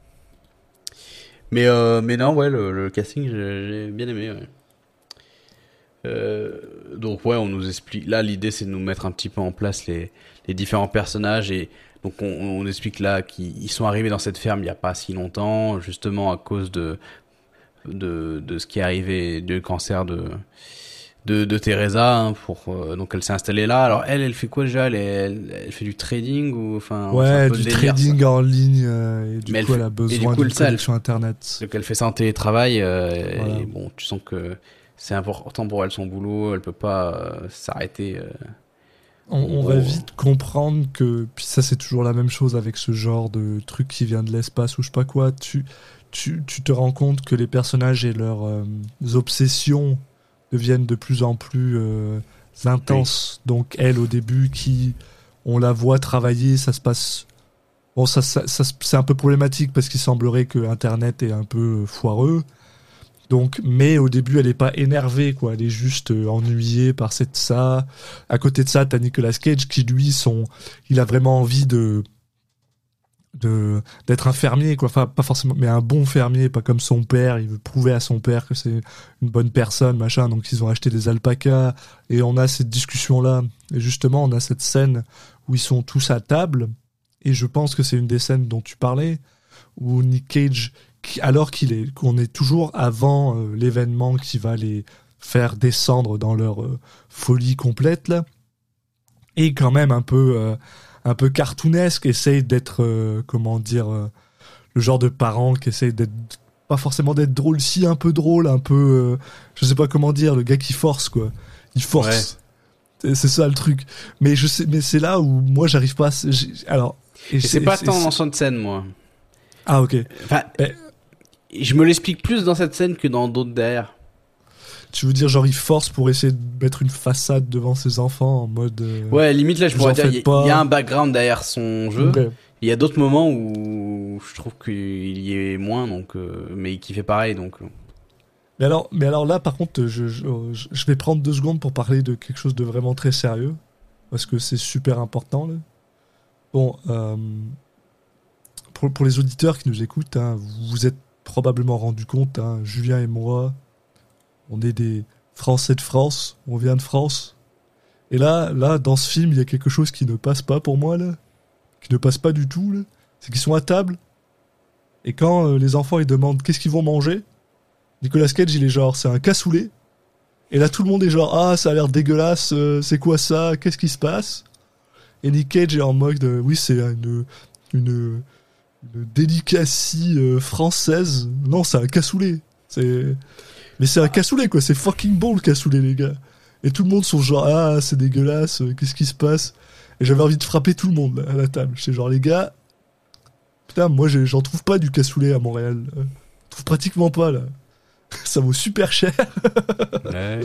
Mais non, ouais, le casting, j'ai bien aimé, ouais. Donc, ouais, on nous explique. Là, l'idée, c'est de nous mettre un petit peu en place les différents personnages. Et donc, on explique là qu'ils sont arrivés dans cette ferme il n'y a pas si longtemps, justement à cause de ce qui est arrivé, du cancer de de Teresa, hein, donc elle s'est installée là. Alors elle fait quoi déjà? Elle fait du trading ou enfin? c'est un Ouais, peu du le délire, trading ça. en ligne, et du Mais elle coup, elle fait- a et du besoin coup, d'une ça, elle- connexion internet. Donc elle fait ça en télétravail, Voilà. et bon, tu sens que c'est important pour elle son boulot. Elle peut pas s'arrêter. On gros, va vite comprendre que, puis ça c'est toujours la même chose avec ce genre de truc qui vient de l'espace ou je sais pas quoi, tu te rends compte que les personnages et leurs obsessions deviennent de plus en plus intenses. Donc elle au début on la voit travailler, ça se passe... Bon, c'est un peu problématique parce qu'il semblerait que Internet est un peu foireux. Donc, mais au début, elle est pas énervée, quoi. Elle est juste ennuyée par ça. À côté de ça, t'as Nicolas Cage qui, lui, il a vraiment envie d'être un fermier, quoi. Enfin, pas forcément, mais un bon fermier, pas comme son père. Il veut prouver à son père que c'est une bonne personne, machin. Donc, ils ont acheté des alpacas. Et on a cette discussion-là. Et justement, on a cette scène où ils sont tous à table. Et je pense que c'est une des scènes dont tu parlais, où Nick Cage, alors qu'on est toujours avant l'événement qui va les faire descendre dans leur folie complète là, et quand même un peu cartoonesque, essaye d'être comment dire le genre de parent qui essaye d'être pas forcément d'être drôle, si un peu drôle, un peu je sais pas comment dire, le gars qui force quoi, il force. Ouais. C'est ça le truc. Mais c'est là où moi j'arrive pas. Et c'est pas tant dans cette scène, moi. Ah ok. Enfin, je me l'explique plus dans cette scène que dans d'autres derrière. Tu veux dire genre il force pour essayer de mettre une façade devant ses enfants en mode... ouais, limite là je pourrais dire il y a un background derrière son jeu. Okay. Il y a d'autres moments où je trouve qu'il y est moins, donc mais qui fait pareil donc. Mais alors là par contre je vais prendre 2 secondes pour parler de quelque chose de vraiment très sérieux parce que c'est super important là. Bon, pour les auditeurs qui nous écoutent, hein, vous vous êtes probablement rendu compte, hein, Julien et moi, on est des Français de France, on vient de France. Et là, dans ce film, il y a quelque chose qui ne passe pas pour moi, là, qui ne passe pas du tout, là. C'est qu'ils sont à table, et quand les enfants ils demandent qu'est-ce qu'ils vont manger, Nicolas Cage, il est genre, c'est un cassoulet. Et là, tout le monde est genre, ah, ça a l'air dégueulasse, c'est quoi ça, qu'est-ce qui se passe? Et Nick Cage est en mode, oui, c'est une délicatie française. Non, c'est un cassoulet. Mais c'est un cassoulet, quoi. C'est fucking bon, le cassoulet, les gars. Et tout le monde sont genre, ah, c'est dégueulasse, qu'est-ce qui se passe? Et j'avais envie de frapper tout le monde, là, à la table. J'étais genre, les gars, putain, moi, j'en trouve pas du cassoulet à Montréal. Je trouve pratiquement pas, là. Ça vaut super cher. Ouais.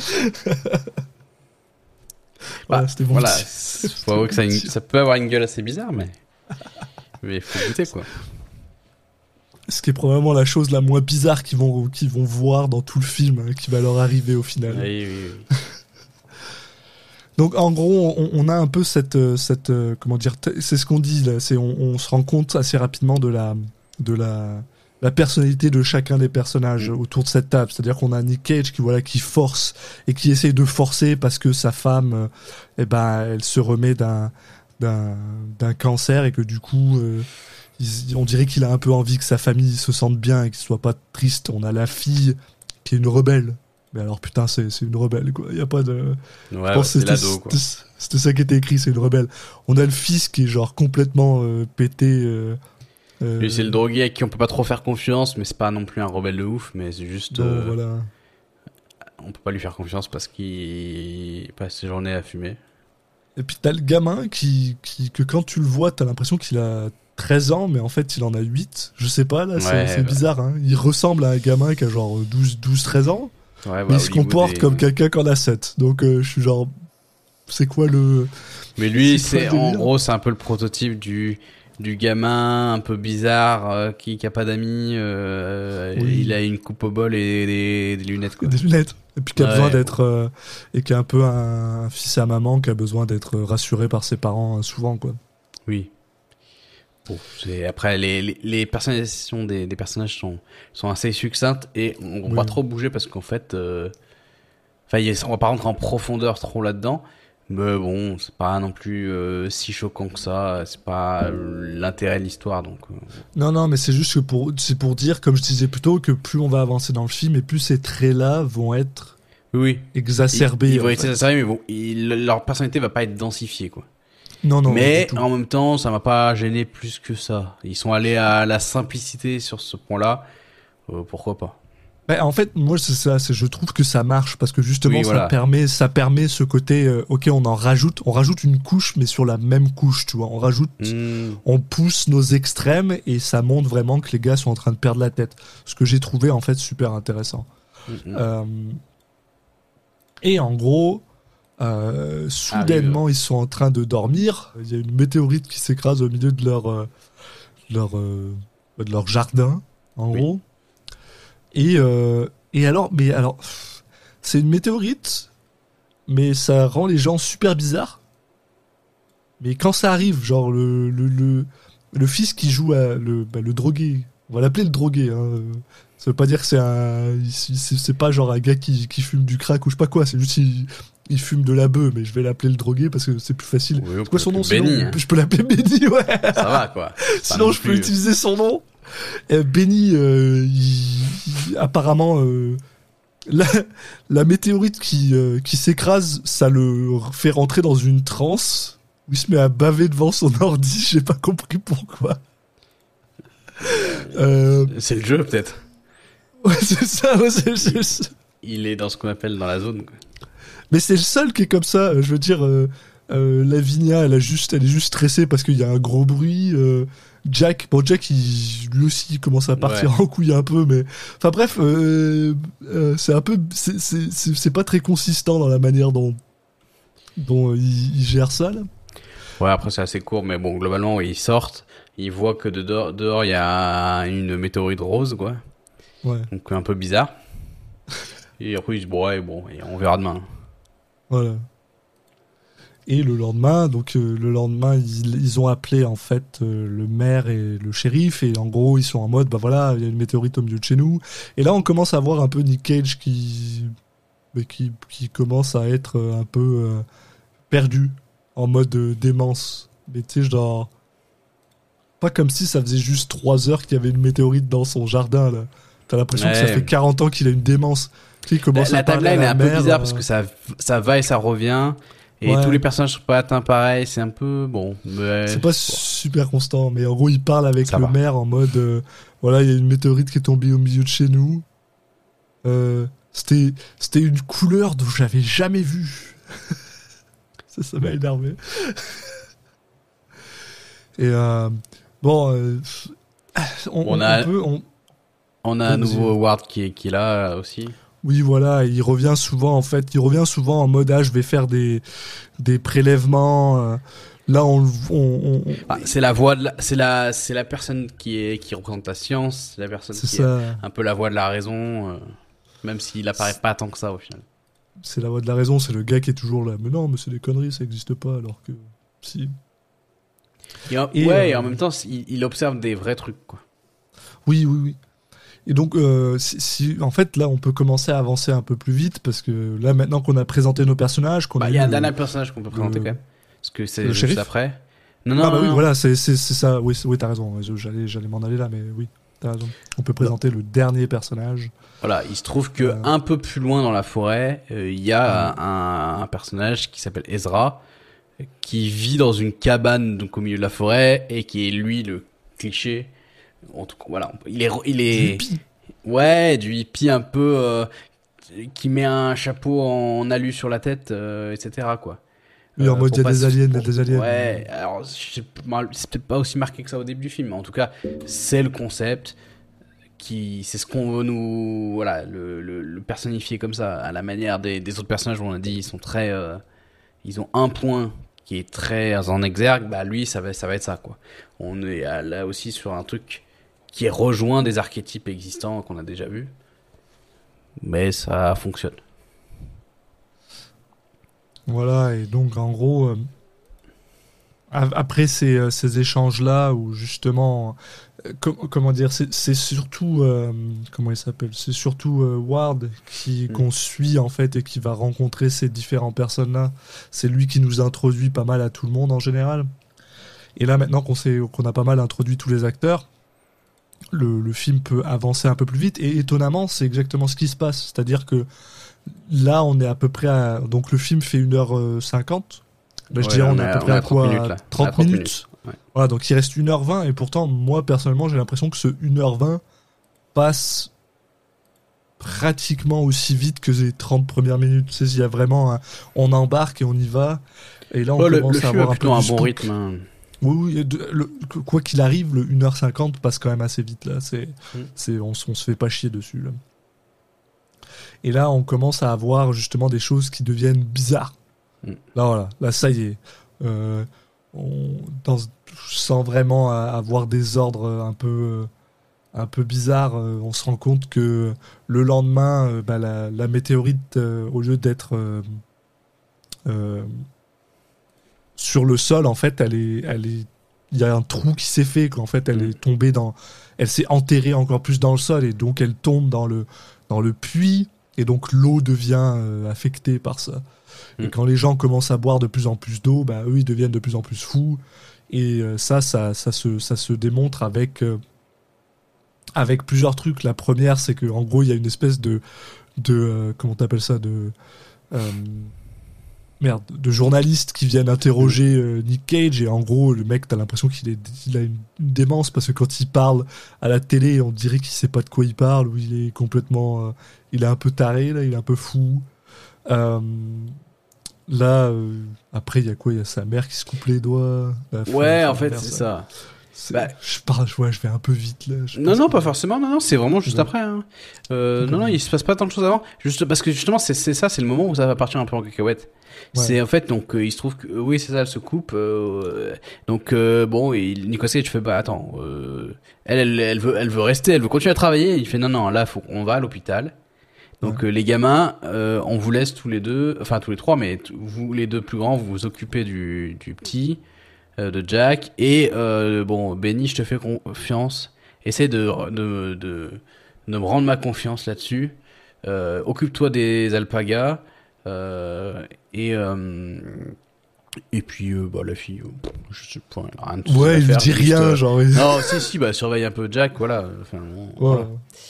Voilà, c'était bon. Voilà, faut avouer que ça peut avoir une gueule assez bizarre, mais faut goûter quoi. Ce qui est probablement la chose la moins bizarre qu'ils vont voir dans tout le film, hein, qui va leur arriver au final. Oui. Donc en gros, on a un peu cette comment dire, c'est ce qu'on dit là, on se rend compte assez rapidement de la personnalité de chacun des personnages autour de cette table. C'est-à-dire qu'on a Nick Cage qui force et qui essaye de forcer parce que sa femme, elle se remet d'un cancer et que du coup, on dirait qu'il a un peu envie que sa famille se sente bien et qu'il soit pas triste. On a la fille qui est une rebelle. Mais alors putain, c'est une rebelle quoi. Il y a pas de. Ouais, je pense c'est l'ado quoi. C'était ça qui était écrit, c'est une rebelle. On a le fils qui est genre complètement pété. Lui, c'est le drogué à qui on peut pas trop faire confiance, mais c'est pas non plus un rebelle de ouf, mais c'est juste. Voilà. On peut pas lui faire confiance parce qu'il passe ses journées à fumer. Et puis t'as le gamin que quand tu le vois, t'as l'impression qu'il a 13 ans, mais en fait il en a 8. Je sais pas, là, c'est bizarre. Hein. Il ressemble à un gamin qui a genre 12-13 ans, ouais, mais il se comporte comme quelqu'un qui en a 7. Donc je suis genre, c'est quoi le... Mais lui, en gros, c'est un peu le prototype du gamin un peu bizarre qui a pas d'amis, oui. Il a une coupe au bol et des lunettes quoi. Des lunettes. Et puis qui a besoin d'être et qui est un peu un fils à maman qui a besoin d'être rassuré par ses parents souvent quoi. Oui. Bon, après les personnalisations des personnages sont assez succinctes et on va pas trop bouger parce qu'en fait on va pas rentrer en profondeur trop là-dedans. Mais bon, c'est pas non plus si choquant que ça. C'est pas l'intérêt de l'histoire, donc. Non, mais c'est juste que c'est pour dire, comme je disais plus tôt, que plus on va avancer dans le film et plus ces traits-là vont être Oui. exacerbés. Ils vont en être fait. exacerbés, mais bon, leur personnalité va pas être densifiée, quoi. Non, Mais du tout. en même temps, ça m'a pas gêné plus que ça. Ils sont allés à la simplicité sur ce point-là. Pourquoi pas? Bah, en fait, moi, c'est ça. Je trouve que ça marche parce que justement, Oui, voilà. ça permet ce côté. Ok, on rajoute une couche, mais sur la même couche, tu vois. On pousse nos extrêmes et ça montre vraiment que les gars sont en train de perdre la tête. Ce que j'ai trouvé en fait super intéressant. Et en gros, soudainement, ils sont en train de dormir. Il y a une météorite qui s'écrase au milieu de leur jardin, en gros. Et alors, c'est une météorite, mais ça rend les gens super bizarres. Mais quand ça arrive, genre le fils qui joue le drogué, on va l'appeler le drogué. Hein. Ça veut pas dire que c'est pas genre un gars qui fume du crack ou je sais pas quoi. C'est juste il fume de la bœuf, mais je vais l'appeler le drogué parce que c'est plus facile. Oui, C'est quoi son nom Benny, sinon hein. Je peux l'appeler Benny, ouais. Ça va, quoi. Sinon, je peux utiliser son nom. Benny, apparemment, la météorite qui s'écrase, ça le fait rentrer dans une transe où il se met à baver devant son ordi. J'ai pas compris pourquoi. C'est le jeu, peut-être. Ouais, c'est ça. Ouais, c'est... Il est dans ce qu'on appelle dans la zone, quoi. Mais c'est le seul qui est comme ça. Je veux dire, Lavinia, elle est juste stressée parce qu'il y a un gros bruit. Jack, lui aussi, il commence à partir en couille un peu, mais enfin bref, c'est un peu, c'est pas très consistant dans la manière dont il gère ça là. Ouais, après c'est assez court, mais bon, globalement, ils sortent, ils voient que dehors il y a une météorite rose, quoi. Ouais. Donc un peu bizarre. Et après ils disent bon, et on verra demain. Voilà. Et le lendemain, ils ont appelé en fait le maire et le shérif et en gros ils sont en mode bah voilà, il y a une météorite au milieu de chez nous. Et là on commence à voir un peu Nick Cage qui commence à être un peu perdu en mode démence. Mais tu sais genre pas comme si ça faisait juste 3 heures qu'il y avait une météorite dans son jardin là. T'as l'impression que ça fait 40 ans qu'il a une démence. Tu sais, il commence la parler à timeline est la un peu mère, bizarre parce que ça va et ça revient. Et tous les personnages sont pas atteints pareil, c'est un peu bon. Mais c'est pas super constant, mais en gros, il parle avec ça le va. maire en mode voilà, il y a une météorite qui est tombée au milieu de chez nous. C'était une couleur dont j'avais jamais vu. ça m'a énervé. Et on a à nouveau Ward qui est là aussi. Oui, voilà, il revient souvent en mode je vais faire des prélèvements. Là, c'est la voix c'est la personne qui représente la science, c'est la personne qui est un peu la voix de la raison, même s'il apparaît pas tant que ça au final. C'est la voix de la raison, c'est le gars qui est toujours là. Mais non, mais c'est des conneries, ça n'existe pas, alors que si. Et en même temps, il observe des vrais trucs, quoi. Oui. Et donc, en fait, là, on peut commencer à avancer un peu plus vite parce que là, maintenant qu'on a présenté nos personnages, il y a un dernier personnage qu'on peut présenter quand même, parce que c'est juste shérif après. Oui, voilà, c'est ça. Oui, t'as raison. J'allais m'en aller là, mais oui, t'as raison. On peut présenter le dernier personnage. Voilà, il se trouve que un peu plus loin dans la forêt, il y a un personnage qui s'appelle Ezra, qui vit dans une cabane donc au milieu de la forêt et qui est lui le cliché. En tout cas, voilà, il est du hippie un peu qui met un chapeau en alu sur la tête, etc. quoi. Oui, en mode il y a des aliens. Ouais, alors c'est peut-être pas aussi marqué que ça au début du film, mais en tout cas, c'est le concept c'est ce qu'on veut nous, voilà, le personnifier comme ça, à la manière des autres personnages où on a dit ils sont très, ils ont un point qui est très en exergue, bah lui ça va être ça quoi. On est là aussi sur un truc qui rejoint des archétypes existants qu'on a déjà vus, mais ça fonctionne. Voilà, et donc en gros, après ces échanges-là, où justement, comment dire, c'est surtout, comment il s'appelle, c'est surtout Ward qu'on suit en fait et qui va rencontrer ces différentes personnes-là. C'est lui qui nous introduit pas mal à tout le monde en général. Et là maintenant qu'on a pas mal introduit tous les acteurs, le film peut avancer un peu plus vite. Et étonnamment, c'est exactement ce qui se passe. C'est-à-dire que là, on est à peu près à... Donc le film fait 1h50. Bah, je dirais on est à peu près à quoi 30 minutes, là. 30 minutes. Ouais. Voilà, donc il reste 1h20. Et pourtant, moi, personnellement, j'ai l'impression que ce 1h20 passe pratiquement aussi vite que les 30 premières minutes. Tu sais, il y a vraiment on embarque et on y va. Et là, on commence le à film avoir a un peu plutôt un du bon spook. rythme. Hein. Oui, quoi qu'il arrive, le 1h50 passe quand même assez vite là. On se fait pas chier dessus là. Et là, on commence à avoir justement des choses qui deviennent bizarres. Là, voilà, là, ça y est. Sans vraiment avoir des ordres un peu bizarres, on se rend compte que le lendemain, la météorite, au lieu d'être sur le sol, en fait, il y a un trou qui s'est fait, qu'en fait, elle est tombée elle s'est enterrée encore plus dans le sol, et donc elle tombe dans le puits, et donc l'eau devient affectée par ça. Et quand les gens commencent à boire de plus en plus d'eau, eux, ils deviennent de plus en plus fous, et ça se démontre avec plusieurs trucs. La première, c'est que en gros, il y a une espèce de comment t'appelles ça, de journalistes qui viennent interroger Nick Cage, et en gros, le mec, t'as l'impression qu'il a une démence, parce que quand il parle à la télé, on dirait qu'il sait pas de quoi il parle, ou il est complètement, il est un peu taré, là, il est un peu fou. Là, après, il y a quoi? Il y a sa mère qui se coupe les doigts. Ouais, en fait, c'est ça. Je vais un peu vite là. Non, pas forcément. Non, c'est vraiment juste après. Hein. Non, il se passe pas tant de choses avant. Juste parce que justement, c'est ça, c'est le moment où ça va partir un peu en cacahuète. Ouais. C'est en fait, donc il se trouve que oui, c'est ça, elle se coupe. Donc bon, et Nicolas Cage fait attends, elle veut rester, elle veut continuer à travailler. Il fait non, là, faut qu'on va à l'hôpital. Donc les gamins, on vous laisse tous les deux, enfin tous les trois, mais vous les deux plus grands, vous vous occupez du petit. De Jack, et bon, Benny, je te fais confiance, essaie de me rendre ma confiance là-dessus, occupe-toi des alpagas, et puis la fille, je sais pas, elle a rien de tout ouais, il lui dit rien, genre. Non, si, surveille un peu Jack, voilà. Enfin, voilà.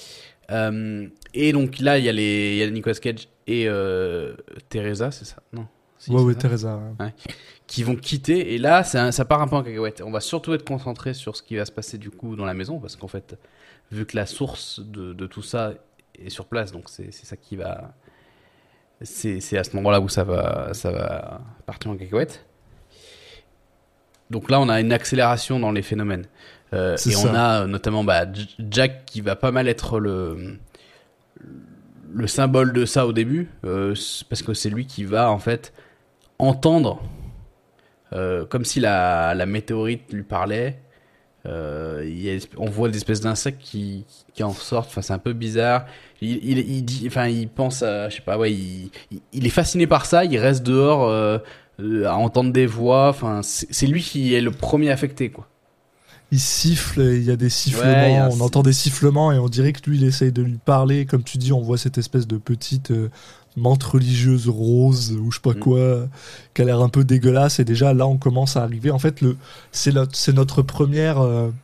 Et donc là, il y a Nicolas Cage et Teresa, c'est ça? Non. Ouais, Teresa. Ouais. Qui vont quitter, et là ça part un peu en cacahuète. On va surtout être concentré sur ce qui va se passer du coup dans la maison, parce qu'en fait, vu que la source de tout ça est sur place, donc c'est ça qui va, c'est à ce moment-là où ça va partir en cacahuète. Donc là, on a une accélération dans les phénomènes, et ça. On a notamment Jack qui va pas mal être le symbole de ça au début, parce que c'est lui qui va en fait entendre comme si la météorite lui parlait. On voit des espèces d'insectes qui en sortent. Enfin, c'est un peu bizarre. Il dit, enfin, il pense à, je sais pas, ouais, il est fasciné par ça. Il reste dehors à entendre des voix. Enfin, c'est lui qui est le premier affecté, quoi. Il siffle, il y a des sifflements, on entend des sifflements, et on dirait que lui, il essaye de lui parler. Comme tu dis, on voit cette espèce de petite menthe religieuse rose, ou je sais pas quoi, qui a l'air un peu dégueulasse. Et déjà, là, on commence à arriver. En fait, c'est notre première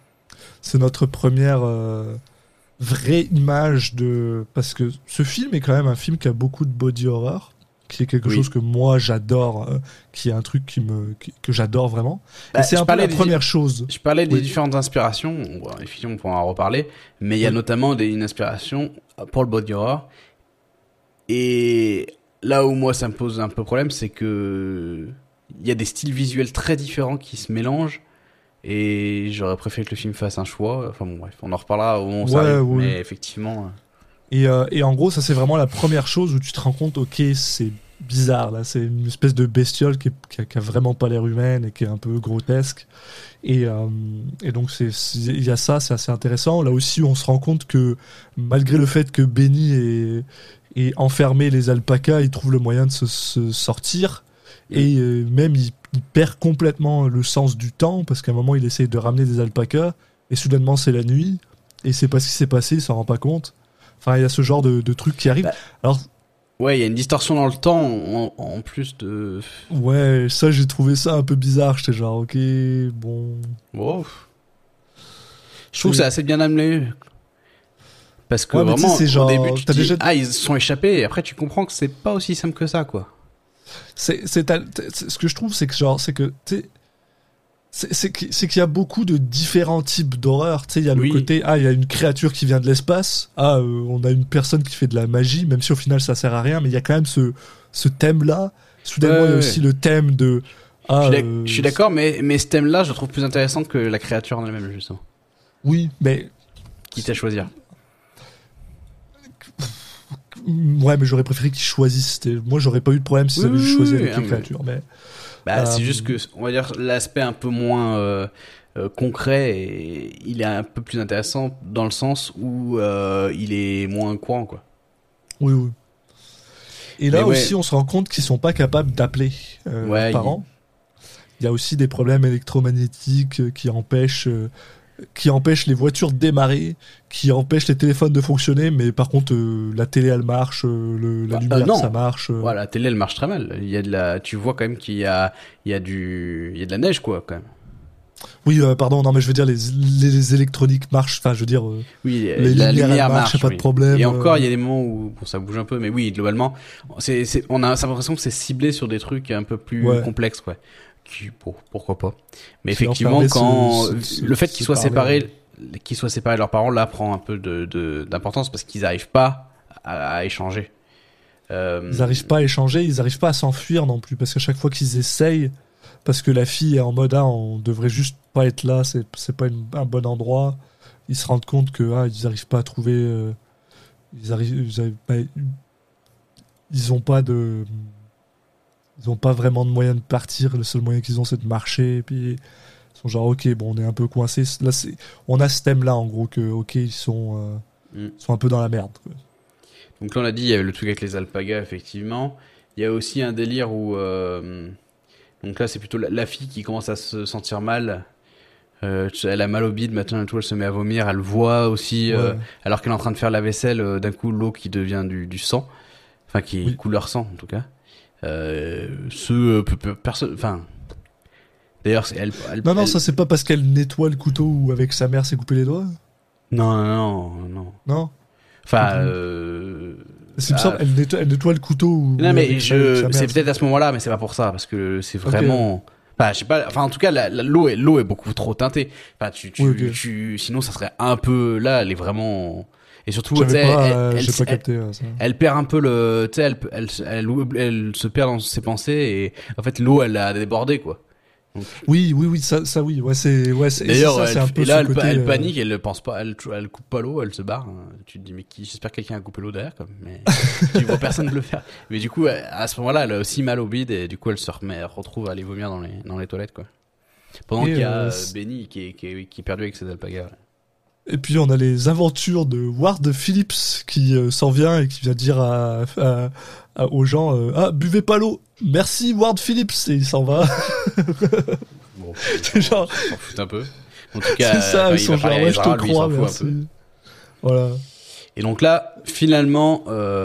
vraie image de... Parce que ce film est quand même un film qui a beaucoup de body horror, qui est quelque chose que moi j'adore, qui est un truc que j'adore vraiment. Et c'est un peu la première chose. Je parlais des différentes inspirations, effectivement on pourra en reparler, mais il y a notamment une inspiration pour le body horror. Et là où moi ça me pose un peu problème, c'est que il y a des styles visuels très différents qui se mélangent, et j'aurais préféré que le film fasse un choix. Enfin bon, bref, on en reparlera au moment où ça arrive, mais effectivement... Et en gros, ça c'est vraiment la première chose où tu te rends compte, ok, c'est bizarre là, c'est une espèce de bestiole qui a vraiment pas l'air humaine et qui est un peu grotesque. Et donc il y a ça, c'est assez intéressant. Là aussi, on se rend compte que malgré le fait que Benny ait enfermé les alpacas, il trouve le moyen de se sortir. Et même il perd complètement le sens du temps, parce qu'à un moment il essaye de ramener des alpacas et soudainement c'est la nuit et c'est pas ce qui s'est passé, il s'en rend pas compte. Enfin, il y a ce genre de trucs qui arrivent. Alors, ouais, il y a une distorsion dans le temps en plus de... Ouais, ça, j'ai trouvé ça un peu bizarre. J'étais genre, ok, bon... Wow. Je trouve que c'est assez bien amené. Parce que Ouais, mais tu sais, vraiment, c'est genre, au début, tu te t'as dis, déjà- ils se sont échappés, et après, tu comprends que c'est pas aussi simple que ça, quoi. Ce que je trouve, c'est que genre, c'est que, tu sais, c'est qu'il y a beaucoup de différents types d'horreur. Tu sais, il y a le Oui. côté, il y a une créature qui vient de l'espace. On a une personne qui fait de la magie, même si au final ça sert à rien, mais il y a quand même ce thème-là. Soudainement, il y a Ouais. aussi le thème de, Je suis d'accord, mais ce thème-là, je le trouve plus intéressant que la créature en elle-même, justement. Oui, mais, Quitte à choisir. ouais, mais j'aurais préféré qu'ils choisissent. Moi, j'aurais pas eu de problème si Oui, ils avaient oui, choisi oui, avec les mais- créatures, mais. Bah, c'est Euh, juste que, on va dire, l'aspect un peu moins concret, et il est un peu plus intéressant dans le sens où il est moins courant, quoi. Oui, oui. Et là Mais ouais. aussi, on se rend compte qu'ils sont pas capables d'appeler Ouais, leurs parents. Il y a aussi des problèmes électromagnétiques qui empêchent les voitures de démarrer, qui empêchent les téléphones de fonctionner, mais par contre, la télé, elle marche, la lumière, non. ça marche. Voilà, la télé, elle marche très mal. Il y a de la, tu vois quand même qu'il y a de la neige, quoi, quand même. Oui, pardon, non, mais je veux dire, les électroniques marchent, enfin, je veux dire, Oui, les la lumières, lumière elles marchent, y a pas de oui. problème. Et encore, il y a des moments où bon, ça bouge un peu, mais oui, globalement, on a l'impression que c'est ciblé sur des trucs un peu plus Ouais. complexes, ouais. Pourquoi pas. Mais Qui leur effectivement, permet quand se le fait qu'ils soient parler. séparés de leurs parents, là, prend un peu d'importance parce qu'ils n'arrivent pas à échanger. Ils n'arrivent pas à échanger, ils n'arrivent pas à s'enfuir non plus, parce qu'à chaque fois qu'ils essayent, parce que la fille est en mode on devrait juste pas être là, c'est pas un bon endroit, ils se rendent compte que ils n'arrivent pas à trouver, ils ont pas vraiment de moyen de partir, le seul moyen qu'ils ont c'est de marcher, et puis ils sont genre ok, bon, on est un peu coincés, là on a ce thème là en gros que ok, ils sont un peu dans la merde, quoi. Donc là, on a dit, il y avait le truc avec les alpagas, effectivement. Il y a aussi un délire où... donc là, c'est plutôt la fille qui commence à se sentir mal. Elle a mal au bide, maintenant, elle se met à vomir. Elle voit aussi, Ouais. alors qu'elle est en train de faire la vaisselle, d'un coup, l'eau qui devient du sang. Enfin, qui est Oui. couleur sang, en tout cas. Personne... Enfin... D'ailleurs, Non, ça c'est pas parce qu'elle nettoie le couteau ou avec sa mère s'est coupé les doigts. Non. Non. Enfin, Il me semble, elle nettoie le couteau. non, mais avec sa mère. c'est peut-être à ce moment-là, mais c'est pas pour ça, parce que c'est vraiment, enfin, je sais pas, enfin, en tout cas, l'eau est beaucoup trop teintée. Enfin, sinon, ça serait un peu, là, elle est vraiment, et surtout, tu sais, J'ai pas capté ça. elle perd un peu le, tu sais, elle se perd dans ses pensées, et en fait, l'eau, elle a débordé, quoi. Donc, Oui, ça oui, d'ailleurs, c'est un peu et là, ce côté, elle panique, elle pense pas, elle coupe pas l'eau, elle se barre. Tu te dis, mais j'espère que quelqu'un a coupé l'eau derrière, comme, mais tu vois personne le faire. Mais du coup, à ce moment-là, elle a aussi mal au bide, et du coup, elle retrouve à aller vomir dans les toilettes, quoi. Pendant Et, qu'il y a Benny qui est perdu avec ses alpagas. Ouais. Et puis on a les aventures de Ward Phillips qui s'en vient et qui vient dire aux gens buvez pas l'eau. Merci Ward Phillips, et il s'en va. Bon, C'est genre- on s'en fout un peu. En tout cas, C'est ça, quand ils il sont va genre parler à ouais, je Ezra, te lui, il s'en crois, fout un merci. peu. Voilà. Et donc là, finalement,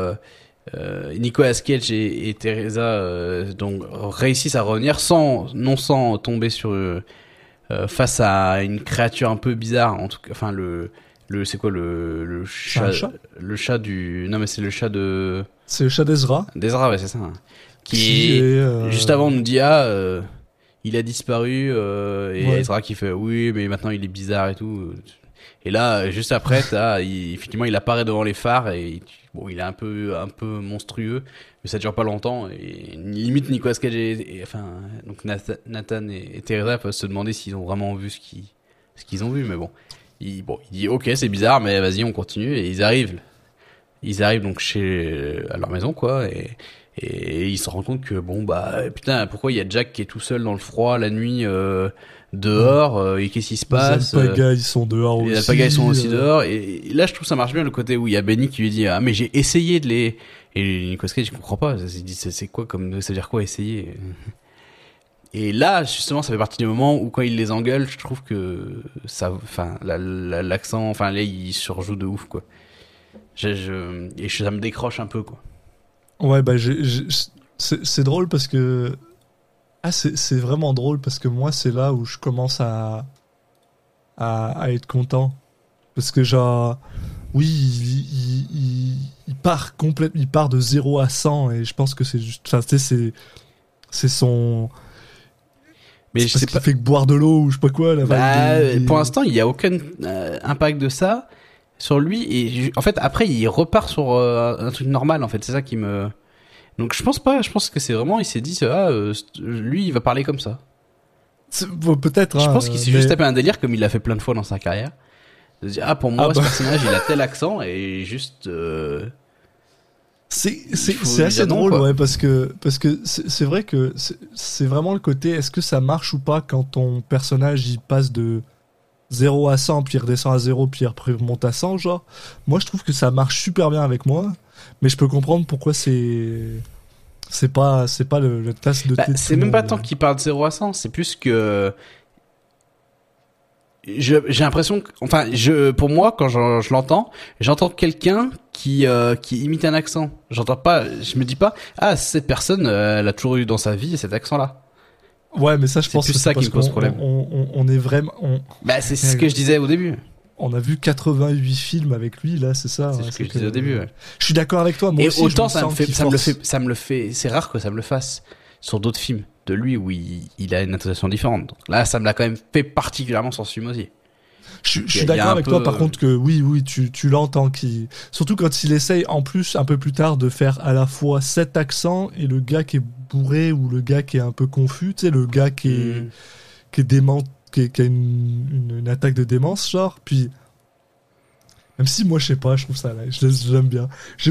Nicolas Cage et Teresa donc réussissent à revenir sans tomber sur face à une créature un peu bizarre. En tout cas, enfin c'est quoi le chat, un chat le chat du non mais c'est le chat de C'est le chat d'Ezra. d'Ezra, ouais c'est ça. Hein. Qui est, juste avant on nous dit il a disparu et Ouais. Ezra qui fait oui mais maintenant il est bizarre et tout. Et là, juste après, effectivement, il apparaît devant les phares et il est un peu monstrueux, mais ça dure pas longtemps. Et limite, Nicolas Cage enfin, donc Nathan et Teresa peuvent se demander s'ils ont vraiment vu ce qu'ils ont vu, mais bon, il dit ok, c'est bizarre, mais vas-y, on continue. Et ils arrivent donc à leur maison, quoi, et ils se rendent compte que putain, pourquoi il y a Jack qui est tout seul dans le froid la nuit dehors et qu'est-ce qui se passe? Les alpagas, ils sont dehors aussi. Les alpagas, ils sont aussi dehors. Et là, je trouve ça marche bien le côté où il y a Benny qui lui dit mais j'ai essayé de les. Et Nicolas Cage, je comprends pas. Il dit c'est quoi comme ça veut dire quoi essayer? Et là, justement, ça fait partie du moment où quand il les engueule, je trouve que ça, enfin, l'accent, enfin là, il surjoue de ouf, quoi. Ça me décroche un peu, quoi. Ouais, c'est drôle parce que c'est vraiment drôle parce que moi c'est là où je commence à à être content. Parce que genre, oui, il part complètement, il part de 0 à 100 et je pense que c'est juste, enfin, tu sais, c'est son... Mais c'est je parce sais qu'il pas. fait que boire de l'eau ou je sais pas quoi. Là, Pour l'instant, il n'y a aucun impact de ça sur lui. Et en fait, après, il repart sur un truc normal. En fait, c'est ça qui me. Donc, je pense pas. Je pense que c'est vraiment. Il s'est dit, lui, il va parler comme ça. Bon, peut-être. Je hein, pense qu'il s'est juste tapé un délire comme il l'a fait plein de fois dans sa carrière. De se dire, pour moi, ce personnage, il a tel accent et juste. C'est assez drôle, ouais, parce que c'est vrai que c'est vraiment le côté, est-ce que ça marche ou pas quand ton personnage il passe de 0 à 100, puis il redescend à 0, puis après il remonte à 100, genre. Moi, je trouve que ça marche super bien avec moi, mais je peux comprendre pourquoi c'est pas le tasse de thé. C'est même pas tant qu'il parle de 0 à 100, c'est plus que j'ai l'impression que, enfin, pour moi, quand je l'entends, j'entends quelqu'un qui imite un accent. J'entends pas, je me dis pas, ah, cette personne, elle a toujours eu dans sa vie cet accent-là. Ouais, mais ça, je pense que c'est ça qui me pose problème. On est vraiment, c'est ce que je disais au début. On a vu 88 films avec lui, là, c'est ça. C'est ce que je disais au début, ouais. Je suis d'accord avec toi, moi et aussi. Autant ça me le fait, c'est rare que ça me le fasse sur d'autres films de lui où il a une intonation différente. Donc là, ça me l'a quand même fait particulièrement sur ce film aussi. Je suis d'accord avec toi, par contre, que oui, tu l'entends, surtout quand il essaye, en plus, un peu plus tard, de faire à la fois cet accent et le gars qui est bourré ou le gars qui est un peu confus, tu sais, le gars qui est dément, qui a une attaque de démence, genre, puis même si moi, je sais pas, je trouve ça, là, j'aime bien. J'ai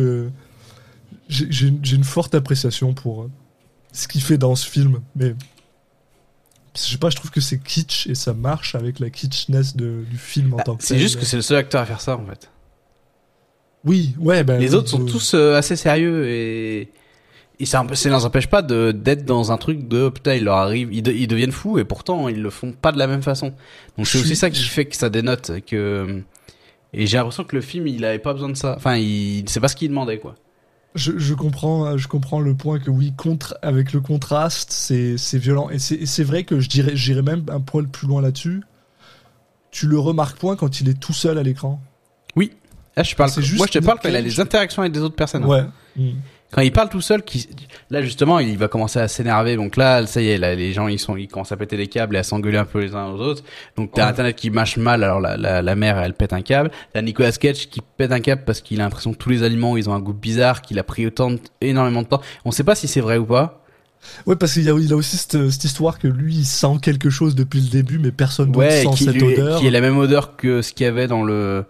une forte appréciation pour ce qu'il fait dans ce film, mais je sais pas, je trouve que c'est kitsch et ça marche avec la kitschness du film en tant que tel. C'est juste que c'est le seul acteur à faire ça, en fait. Oui, ouais, les autres sont tous assez sérieux et ça ne les empêche pas d'être dans un truc de putain, il leur arrive, ils deviennent fous et pourtant ils le font pas de la même façon. Donc c'est aussi ça qui fait que ça dénote et j'ai l'impression que le film il avait pas besoin de ça. Enfin, c'est pas ce qu'il demandait, quoi. Je comprends le point que oui, avec le contraste, c'est violent et c'est vrai que j'irais même un poil plus loin là-dessus. Tu le remarques point quand il est tout seul à l'écran. Oui. Là, moi je te parle quand il a les interactions avec des autres personnes. Ouais. Quand il parle tout seul, là justement, il va commencer à s'énerver. Donc là, ça y est, là, les gens ils commencent à péter les câbles et à s'engueuler un peu les uns aux autres. Donc t'as Internet qui marche mal, alors la mère elle pète un câble. T'as Nicolas Cage qui pète un câble parce qu'il a l'impression que tous les aliments ils ont un goût bizarre, qu'il a pris énormément de temps. On sait pas si c'est vrai ou pas. Ouais, parce qu'il a aussi cette histoire que lui il sent quelque chose depuis le début, mais personne d'autre sent cette odeur. Qui est la même odeur que ce qu'il y avait dans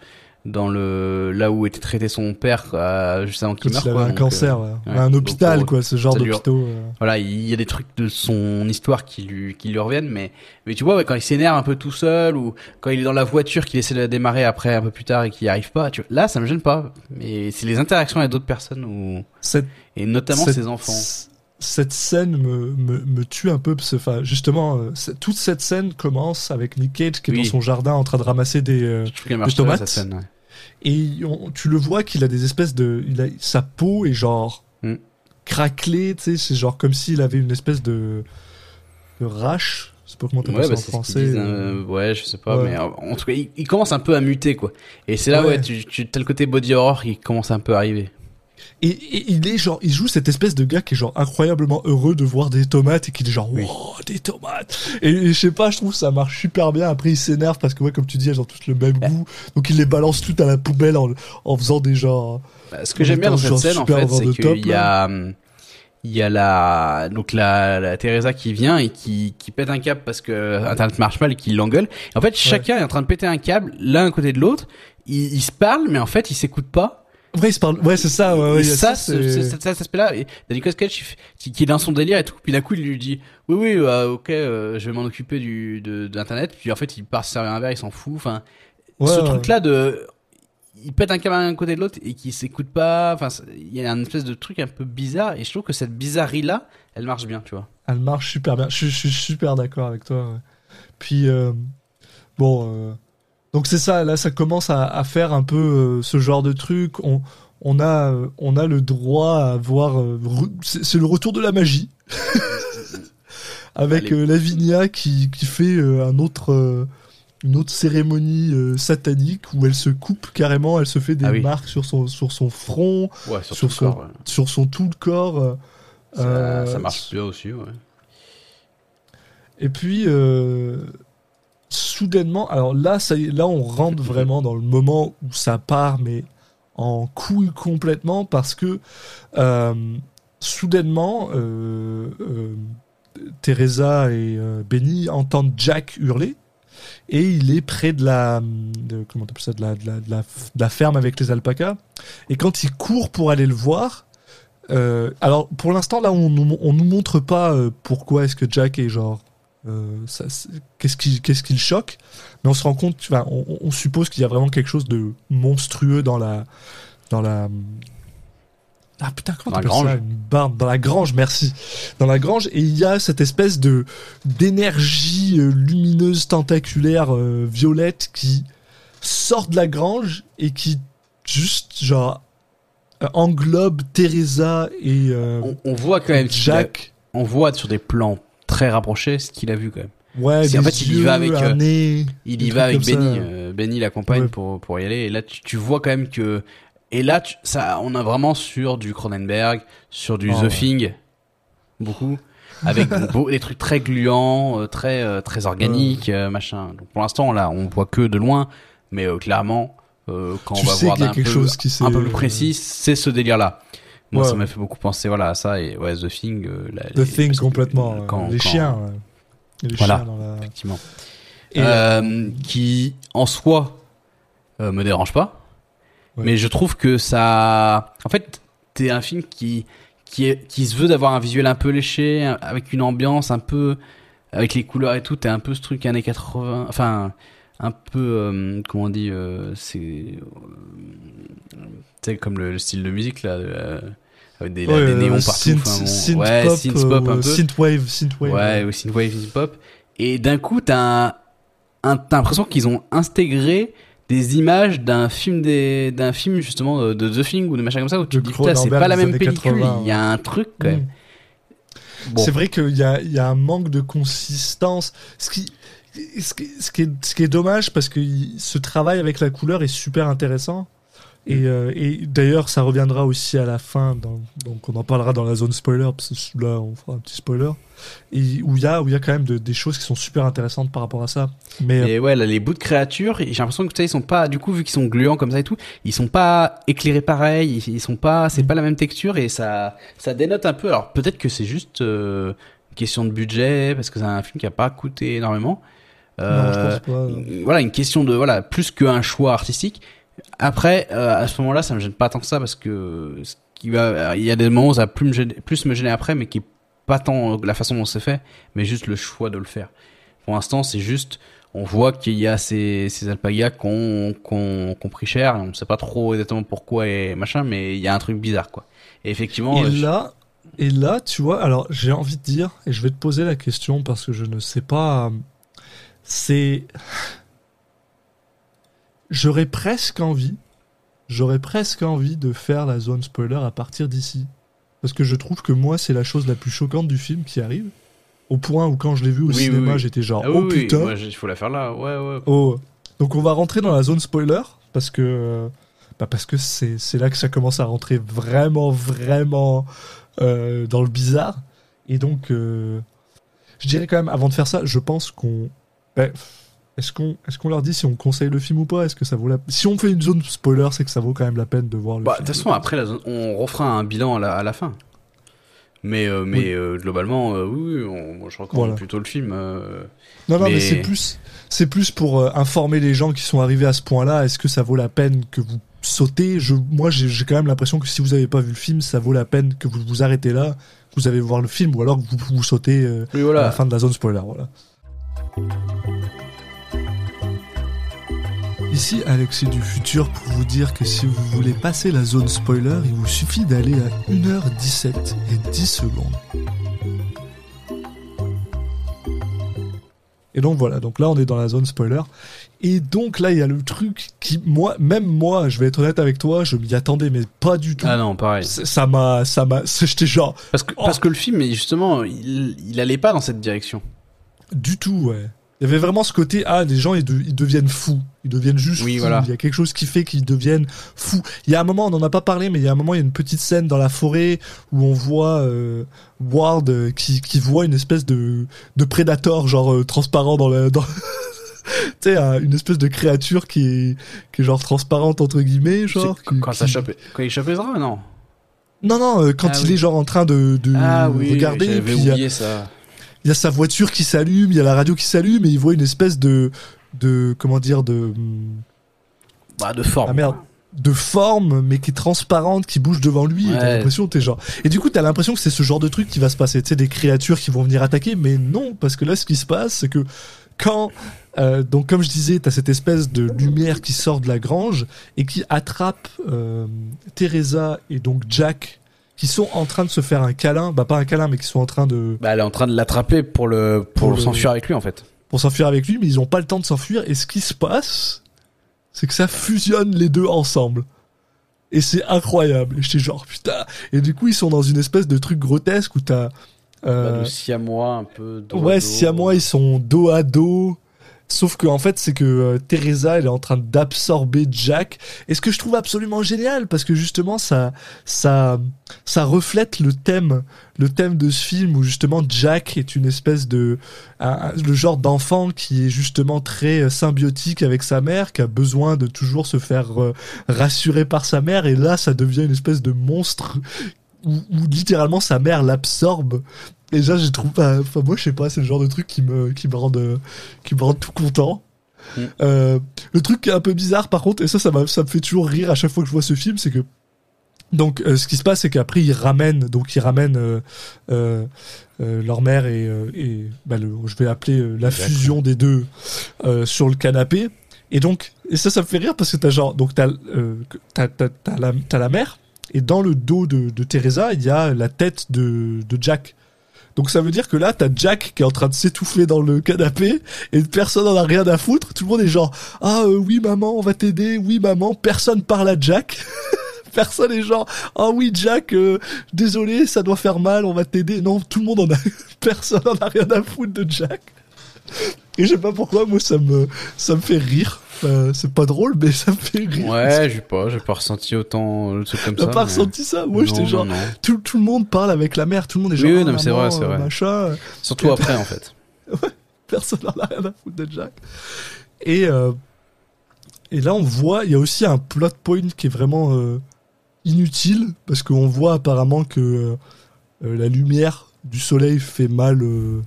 là où était traité son père juste avant qu'il meure. Il avait un cancer, un hôpital, quoi, ce genre d'hôpitaux. Voilà, il y a des trucs de son histoire qui lui reviennent, mais tu vois, ouais, quand il s'énerve un peu tout seul ou quand il est dans la voiture qu'il essaie de la démarrer après un peu plus tard et qu'il n'y arrive pas, là ça me gêne pas. Mais c'est les interactions avec d'autres personnes et notamment ses enfants. Cette scène me tue un peu parce que, enfin, justement, toute cette scène commence avec Nick Cage qui est dans son jardin en train de ramasser des tomates. Cette scène, ouais. Et tu le vois qu'il a des espèces sa peau est genre craquelée, tu sais, c'est genre comme s'il avait une espèce de rash. Je sais pas comment t'appelles ça en français. Ouais, je sais pas, mais en tout cas, il commence un peu à muter, quoi. Et c'est là, t'as le côté body horror qui commence un peu à arriver. Et il joue cette espèce de gars qui est genre incroyablement heureux de voir des tomates et qui est genre wow, des tomates. Et je sais pas, je trouve que ça marche super bien. Après il s'énerve parce que ouais, comme tu dis, elles ont toutes le même goût, donc il les balance toutes à la poubelle en faisant des genres. Ce que j'aime bien dans cette scène en fait, c'est qu'il y a la Teresa qui vient et qui pète un câble parce que Internet marche mal et qui l'engueule. Et en fait, chacun est en train de péter un câble l'un à côté de l'autre. Ils se parlent, mais en fait, ils s'écoutent pas. Vrai, il se parle. Ouais, c'est ça. Ouais, cet aspect-là. Et t'as Nicolas Cage qui est dans son délire et tout. Puis d'un coup, il lui dit, oui, ok, je vais m'en occuper d'Internet. Puis en fait, il part se servir un verre, il s'en fout. Enfin, ce truc-là il pète un câble d'un côté de l'autre et qui s'écoute pas. Enfin, il y a une espèce de truc un peu bizarre. Et je trouve que cette bizarrerie-là, elle marche bien, tu vois. Elle marche super bien. Je suis super d'accord avec toi. Ouais. Puis, donc c'est ça, là ça commence à faire un peu ce genre de truc. On a le droit à voir. C'est le retour de la magie. Avec Lavinia qui fait un autre une autre cérémonie satanique où elle se coupe carrément, elle se fait des marques sur son front, sur son tout le corps. Ça marche bien aussi, ouais. Et puis soudainement, alors là, là on rentre vraiment dans le moment où ça part, mais en couille complètement, parce que soudainement, Teresa et Benny entendent Jack hurler. Et il est près de la ferme avec les alpacas. Et quand il court pour aller le voir, alors pour l'instant là on nous montre pas pourquoi est-ce que Jack est genre qu'est-ce qui le choque, mais on se rend compte, on suppose qu'il y a vraiment quelque chose de monstrueux dans la ah putain, comment t'appelles ça, une barbe dans la grange, merci. Dans la grange, et il y a cette espèce d'énergie lumineuse, tentaculaire, violette qui sort de la grange et qui juste genre englobe Teresa et on voit quand même Jack. On voit sur des plans très rapprochés ce qu'il a vu quand même. Ouais, en fait, il y va avec nez, il y va avec Benny. Benny l'accompagne pour y aller, et là tu vois quand même que. Et là, on a vraiment sur du Cronenberg, sur du The Thing, beaucoup, avec des trucs très gluants, très organiques, machin. Donc pour l'instant, là, on voit que de loin, mais clairement, quand on va voir un peu plus précis, c'est ce délire-là. Moi, ça m'a fait beaucoup penser, à ça, et The Thing. The Thing, complètement. Les chiens. Les chiens dans la... effectivement. Et qui, en soi, me dérange pas. Mais je trouve que ça, en fait, c'est un film qui se veut d'avoir un visuel un peu léché, avec une ambiance un peu, avec les couleurs et tout. T'es un peu ce truc années 80, enfin, un peu, comment on dit, c'est comme le style de musique là, avec des néons partout. Synth-pop un peu. Synthwave. Ouais, ou synthwave, synth-pop. Et d'un coup, t'as l'impression qu'ils ont intégré des images d'un film justement de The Thing ou de machin comme ça, où tu te dis putain, c'est pas la même pellicule, il y a un truc quand même. Bon. C'est vrai qu'il y a un manque de consistance, ce qui est dommage, parce que ce travail avec la couleur est super intéressant. Et d'ailleurs, ça reviendra aussi à la fin, donc on en parlera dans la zone spoiler, parce que là, on fera un petit spoiler, et où il y a quand même des choses qui sont super intéressantes par rapport à ça. Et ouais, là, les bouts de créatures, j'ai l'impression que ils sont pas, du coup, vu qu'ils sont gluants comme ça et tout, ils sont pas éclairés pareil, ils sont pas, c'est pas la même texture, et ça dénote un peu. Alors peut-être que c'est juste une question de budget, parce que c'est un film qui a pas coûté énormément. Non, je pense pas. Voilà, une question de plus qu'un choix artistique. Après, à ce moment-là, ça me gêne pas tant que ça, parce que il y a des moments où ça va plus me gêner après, mais qui est pas tant la façon dont c'est fait, mais juste le choix de le faire. Pour l'instant, c'est juste, on voit qu'il y a ces alpagas qu'on pris cher, on sait pas trop exactement pourquoi et machin, mais il y a un truc bizarre, quoi. Et effectivement. Et là, tu vois, alors j'ai envie de dire, et je vais te poser la question parce que je ne sais pas, J'aurais presque envie de faire la zone spoiler à partir d'ici. Parce que je trouve que moi, c'est la chose la plus choquante du film qui arrive. Au point où, quand je l'ai vu au cinéma, j'étais genre, putain. Moi, il faut la faire là, ouais. Oh. Donc, on va rentrer dans la zone spoiler, parce que c'est là que ça commence à rentrer vraiment, vraiment dans le bizarre. Et donc, je dirais quand même, avant de faire ça, je pense qu'on... Est-ce qu'on leur dit si on conseille le film ou pas? Est-ce que ça vaut si on fait une zone spoiler, c'est que ça vaut quand même la peine de voir le film. De toute façon, après, on refera un bilan à la fin. Mais globalement, oui, moi je recommande plutôt le film. Non, mais c'est plus pour informer les gens qui sont arrivés à ce point-là. Est-ce que ça vaut la peine que vous sautez? Moi, j'ai quand même l'impression que si vous n'avez pas vu le film, ça vaut la peine que vous vous arrêtez là, que vous allez voir le film, ou alors que vous sautez à la fin de la zone spoiler. Voilà. Ici Alexis du futur pour vous dire que si vous voulez passer la zone spoiler, il vous suffit d'aller à 1h17 et 10 secondes. Et donc voilà, donc là on est dans la zone spoiler. Et donc là il y a le truc qui, moi, je vais être honnête avec toi, je m'y attendais mais pas du tout. Ah non, pareil. J'étais genre... Parce que le film, justement, il allait pas dans cette direction. Du tout, ouais. Il y avait vraiment ce côté, les gens, ils deviennent fous. Ils deviennent juste fous. Voilà. Il y a quelque chose qui fait qu'ils deviennent fous. Il y a un moment, on n'en a pas parlé, mais il y a un moment, il y a une petite scène dans la forêt où on voit Ward qui voit une espèce de prédateur, genre transparent dans tu sais, une espèce de créature qui est genre transparente, entre guillemets, genre. Quand il chope Ezra, non? Non, quand il est genre en train de regarder. J'avais oublié ça. Il y a sa voiture qui s'allume, il y a la radio qui s'allume, et il voit une espèce de comment dire, de forme. Ah merde. De forme, mais qui est transparente, qui bouge devant lui, et t'as l'impression, t'es genre. Et du coup, t'as l'impression que c'est ce genre de truc qui va se passer, tu sais, des créatures qui vont venir attaquer, mais non, parce que là, ce qui se passe, c'est que quand, donc comme je disais, t'as cette espèce de lumière qui sort de la grange, et qui attrape Teresa et donc Jack, qui sont en train de se faire un câlin, pas un câlin, mais qui sont en train de... elle est en train de l'attraper pour s'enfuir avec lui, en fait. Pour s'enfuir avec lui, mais ils ont pas le temps de s'enfuir, et ce qui se passe, c'est que ça fusionne les deux ensemble. Et c'est incroyable. Et j'étais genre, putain. Et du coup, ils sont dans une espèce de truc grotesque où t'as... de siamois un peu dos ouais, à dos. siamois, ils sont dos à dos. Sauf que en fait, c'est que Teresa, elle est en train d'absorber Jack. Et ce que je trouve absolument génial, parce que justement, ça reflète le thème de ce film où justement Jack est une espèce de le genre d'enfant qui est justement très symbiotique avec sa mère, qui a besoin de toujours se faire rassurer par sa mère. Et là, ça devient une espèce de monstre où littéralement sa mère l'absorbe. Et déjà, je trouve pas, enfin, moi, je sais pas, c'est le genre de truc qui me rend tout content. Le truc qui est un peu bizarre, par contre, et ça me fait toujours rire à chaque fois que je vois ce film, c'est que, donc, ce qui se passe, c'est qu'après, ils ramènent leur mère et je vais appeler la fusion des deux, sur le canapé. Et donc, et ça me fait rire parce que t'as la mère, et dans le dos de Teresa, il y a la tête de Jack. Donc ça veut dire que là, t'as Jack qui est en train de s'étouffer dans le canapé et personne en a rien à foutre. Tout le monde est genre, oui maman, on va t'aider, oui maman. Personne parle à Jack. Personne est genre, oui Jack, désolé, ça doit faire mal, on va t'aider. Non, tout le monde personne en a rien à foutre de Jack. Et je sais pas pourquoi, moi ça me fait rire. C'est pas drôle, mais ça me fait rire. Ouais, j'ai pas ressenti autant le truc comme ça. T'as pas ressenti ça? Moi, j'étais genre, tout le monde parle avec la mère, tout le monde est genre, oui, non, mais c'est vrai. Machin. Surtout après, en fait. Ouais, personne n'en a rien à foutre de Jack. Et là, on voit, il y a aussi un plot point qui est vraiment inutile, parce qu'on voit apparemment que la lumière du soleil fait mal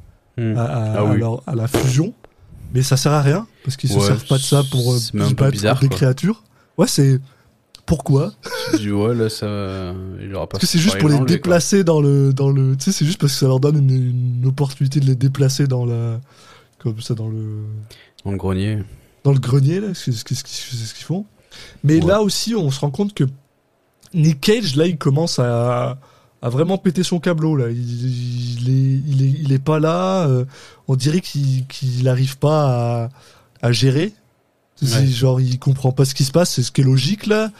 à la fusion. Mais ça sert à rien, parce qu'ils se servent pas de ça pour se battre contre des créatures. Ouais, c'est... Pourquoi? Ouais, là, ça... Il aura pas. Parce que c'est juste pour les déplacer dans le... Tu sais, c'est juste parce que ça leur donne une opportunité de les déplacer dans la... Comme ça, dans le... Dans le grenier. Dans le grenier, là, c'est ce qu'ils font. Mais là aussi, on se rend compte que Nick Cage, là, il commence à vraiment péter son câbleau, là. Il est pas là. On dirait qu'il arrive pas à gérer. C'est genre, il comprend pas ce qui se passe. C'est ce qui est logique, là.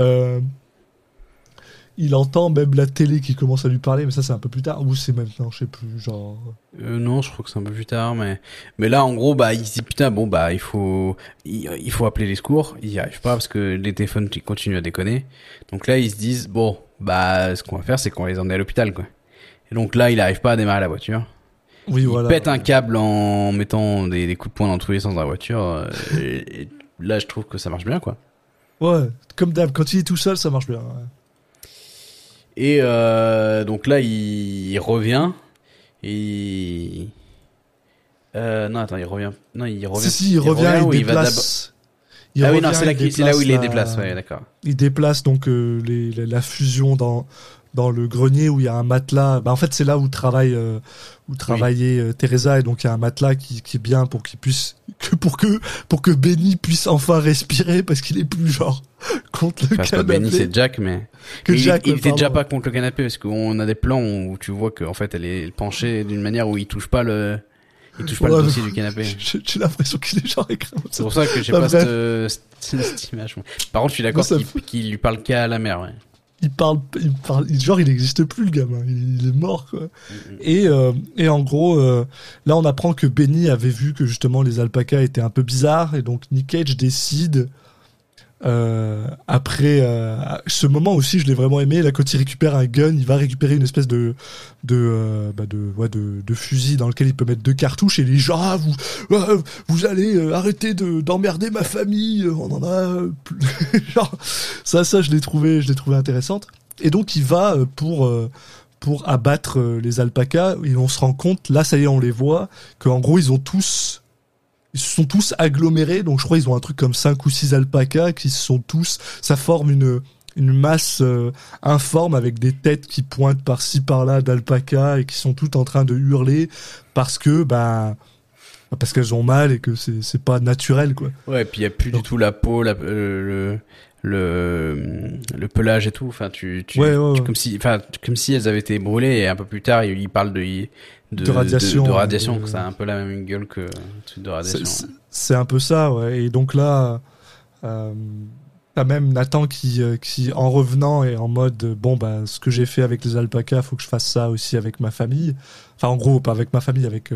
Il entend même la télé qui commence à lui parler, mais ça, c'est un peu plus tard. Ou c'est maintenant, je sais plus, genre... non, je crois que c'est un peu plus tard, mais là, en gros, il se dit, putain, bon, il faut appeler les secours. Il y arrive pas parce que les téléphones continuent à déconner. Donc là, ils se disent, bon, ce qu'on va faire, c'est qu'on va les emmener à l'hôpital, quoi. Et donc là, il arrive pas à démarrer la voiture. Oui, il pète un câble en mettant des coups de poing dans tous les sens dans la voiture. Et là, je trouve que ça marche bien, quoi. Ouais, comme d'hab, quand il est tout seul, ça marche bien. Ouais. Et donc là, il revient. Et... non, attends, il revient. Non, il revient. Si, il revient, il déplace... oui, non, c'est là où il les déplace, ouais, d'accord. Il déplace donc la fusion dans le grenier où il y a un matelas. En fait, c'est là où travaillait Teresa, et donc il y a un matelas qui est bien pour qu'il puisse pour que Benny puisse enfin respirer, parce qu'il est plus genre contre le canapé. Benny, c'est Jack, mais il était déjà pas contre le canapé, parce qu'on a des plans où tu vois qu'en fait elle est penchée d'une manière où il touche pas le dossier du canapé. J'ai l'impression qu'il est genre écrasé. C'est pour ça que j'ai pas cette image. Par contre, je suis d'accord qu'il lui parle qu'à la mère, ouais. genre il n'existe plus le gamin, il est mort quoi. Et en gros, là on apprend que Benny avait vu que justement les alpacas étaient un peu bizarres et donc Nick Cage décide après ce moment aussi je l'ai vraiment aimé là quand il récupère un gun, il va récupérer une espèce de fusil dans lequel il peut mettre 2 cartouches et les gens vous allez arrêter d'emmerder ma famille, on en a plus. Genre, ça je l'ai trouvé intéressante et donc il va pour abattre les alpacas et on se rend compte là ça y est on les voit qu'en gros ils se sont tous agglomérés, donc je crois ils ont un truc comme 5 ou 6 alpacas qui se sont tous, ça forme une masse informe avec des têtes qui pointent par-ci par-là d'alpacas et qui sont toutes en train de hurler parce qu'elles ont mal et que c'est pas naturel quoi. Ouais, et puis il y a plus du tout la peau, le pelage et tout, enfin ouais. comme si elles avaient été brûlées et un peu plus tard il parle de radiation, que ça a un peu la même gueule que le truc de radiation. C'est un peu ça, ouais. Et donc là, t'as même Nathan qui en revenant est en mode ce que j'ai fait avec les alpacas, faut que je fasse ça aussi avec ma famille. Enfin, en gros, pas avec ma famille, avec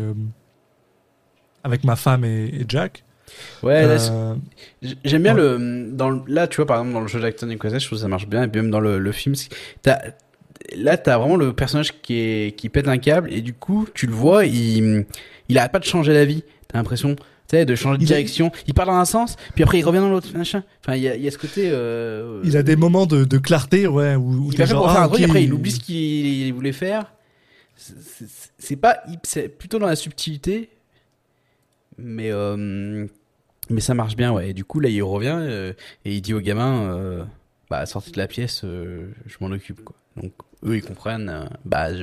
ma femme et Jack. Ouais, j'aime bien là, tu vois, par exemple, dans le jeu d'Acton et Quasar, je trouve que ça marche bien, et puis même dans le film, t'as vraiment le personnage qui pète un câble, et du coup, tu le vois, il arrête pas de changer la vie, t'as l'impression, tu sais, de changer de direction. Il part dans un sens, puis après il revient dans l'autre, machin. Enfin, il y a ce côté, il a des moments de clarté, ouais, où il va faire pour faire un truc, après il oublie ce qu'il voulait faire. C'est plutôt dans la subtilité, mais ça marche bien, ouais. Et du coup, là, il revient et il dit au gamin, sortez de la pièce, je m'en occupe, quoi. Donc, eux, ils comprennent, je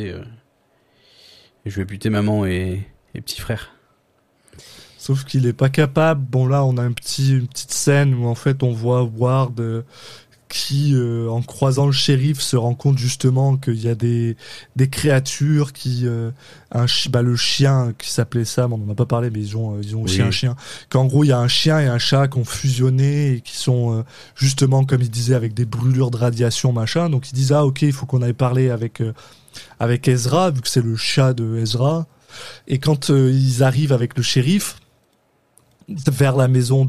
vais buter maman et petit frère. Sauf qu'il est pas capable. Bon, là, on a une petite scène où, en fait, on voit Ward qui, en croisant le shérif, se rend compte justement qu'il y a des créatures qui, le chien qui s'appelait Sam, on en a pas parlé, mais ils ont aussi un chien. Qu'en gros, il y a un chien et un chat qui ont fusionné et qui sont justement, comme il disait, avec des brûlures de radiation, machin. Donc ils disent ok, il faut qu'on aille parler avec Ezra, vu que c'est le chat de Ezra. Et quand ils arrivent avec le shérif vers la maison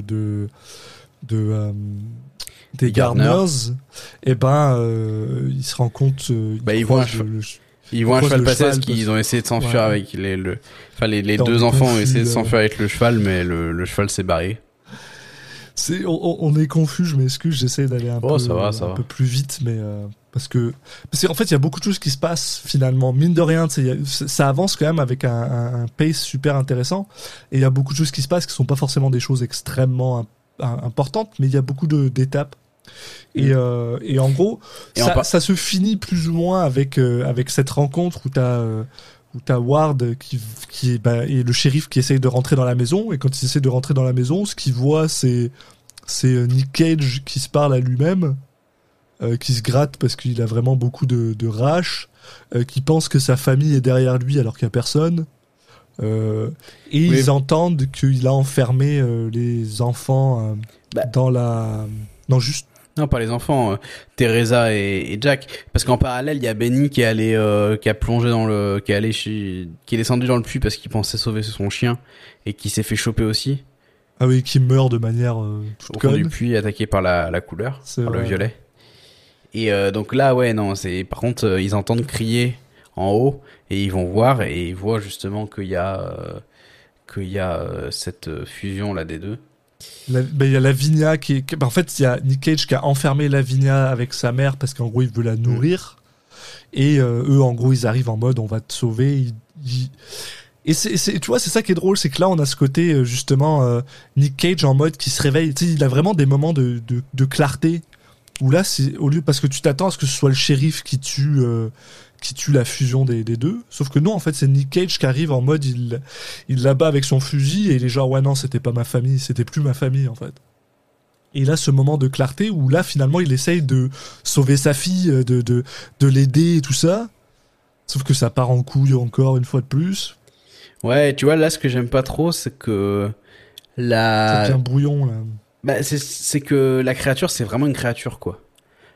des Gardners, et ils se rendent compte, ils voient un cheval passer parce qu'ils ont essayé de s'enfuir avec les deux enfants ont essayé de s'enfuir avec le cheval, mais le cheval s'est barré. On est confus, je m'excuse, j'essaie d'aller un peu plus vite, mais parce qu'en fait il y a beaucoup de choses qui se passent finalement, mine de rien, ça avance quand même avec un pace super intéressant, et il y a beaucoup de choses qui se passent qui sont pas forcément des choses extrêmement importante, mais il y a beaucoup d'étapes. Et en gros, ça se finit plus ou moins avec cette rencontre où t'as Ward qui et le shérif qui essaye de rentrer dans la maison, et quand il essaie de rentrer dans la maison, ce qu'il voit c'est Nick Cage qui se parle à lui-même, qui se gratte parce qu'il a vraiment beaucoup de rage, qui pense que sa famille est derrière lui alors qu'il n'y a personne. Ils entendent qu'il a enfermé les enfants dans la... Non, pas les enfants, Teresa et Jack, parce qu'en parallèle il y a Benny qui est allé qui est descendu dans le puits parce qu'il pensait sauver son chien et qui s'est fait choper aussi. Ah oui, qui meurt de manière toute au conne. Au fond du puits, attaqué par la couleur, par le violet. Et donc là, par contre, ils entendent crier en haut et ils vont voir et ils voient justement qu'il y a cette fusion là des deux. Il y a Lavinia en fait il y a Nick Cage qui a enfermé Lavinia avec sa mère parce qu'en gros il veut la nourrir, et eux en gros ils arrivent en mode on va te sauver, et tu vois, c'est ça qui est drôle, c'est que là on a ce côté justement Nick Cage en mode qui se réveille, tu sais, il a vraiment des moments de clarté où là c'est au lieu, parce que tu t'attends à ce que ce soit le shérif qui tue la fusion des deux, sauf que non, en fait c'est Nick Cage qui arrive en mode il l'abat avec son fusil et il est genre ouais non, c'était pas ma famille, c'était plus ma famille en fait. Et là ce moment de clarté où là finalement il essaye de sauver sa fille, de l'aider et tout ça, sauf que ça part en couille encore une fois de plus. Ouais, tu vois, là ce que j'aime pas trop c'est que ça devient brouillon là. C'est que la créature c'est vraiment une créature quoi.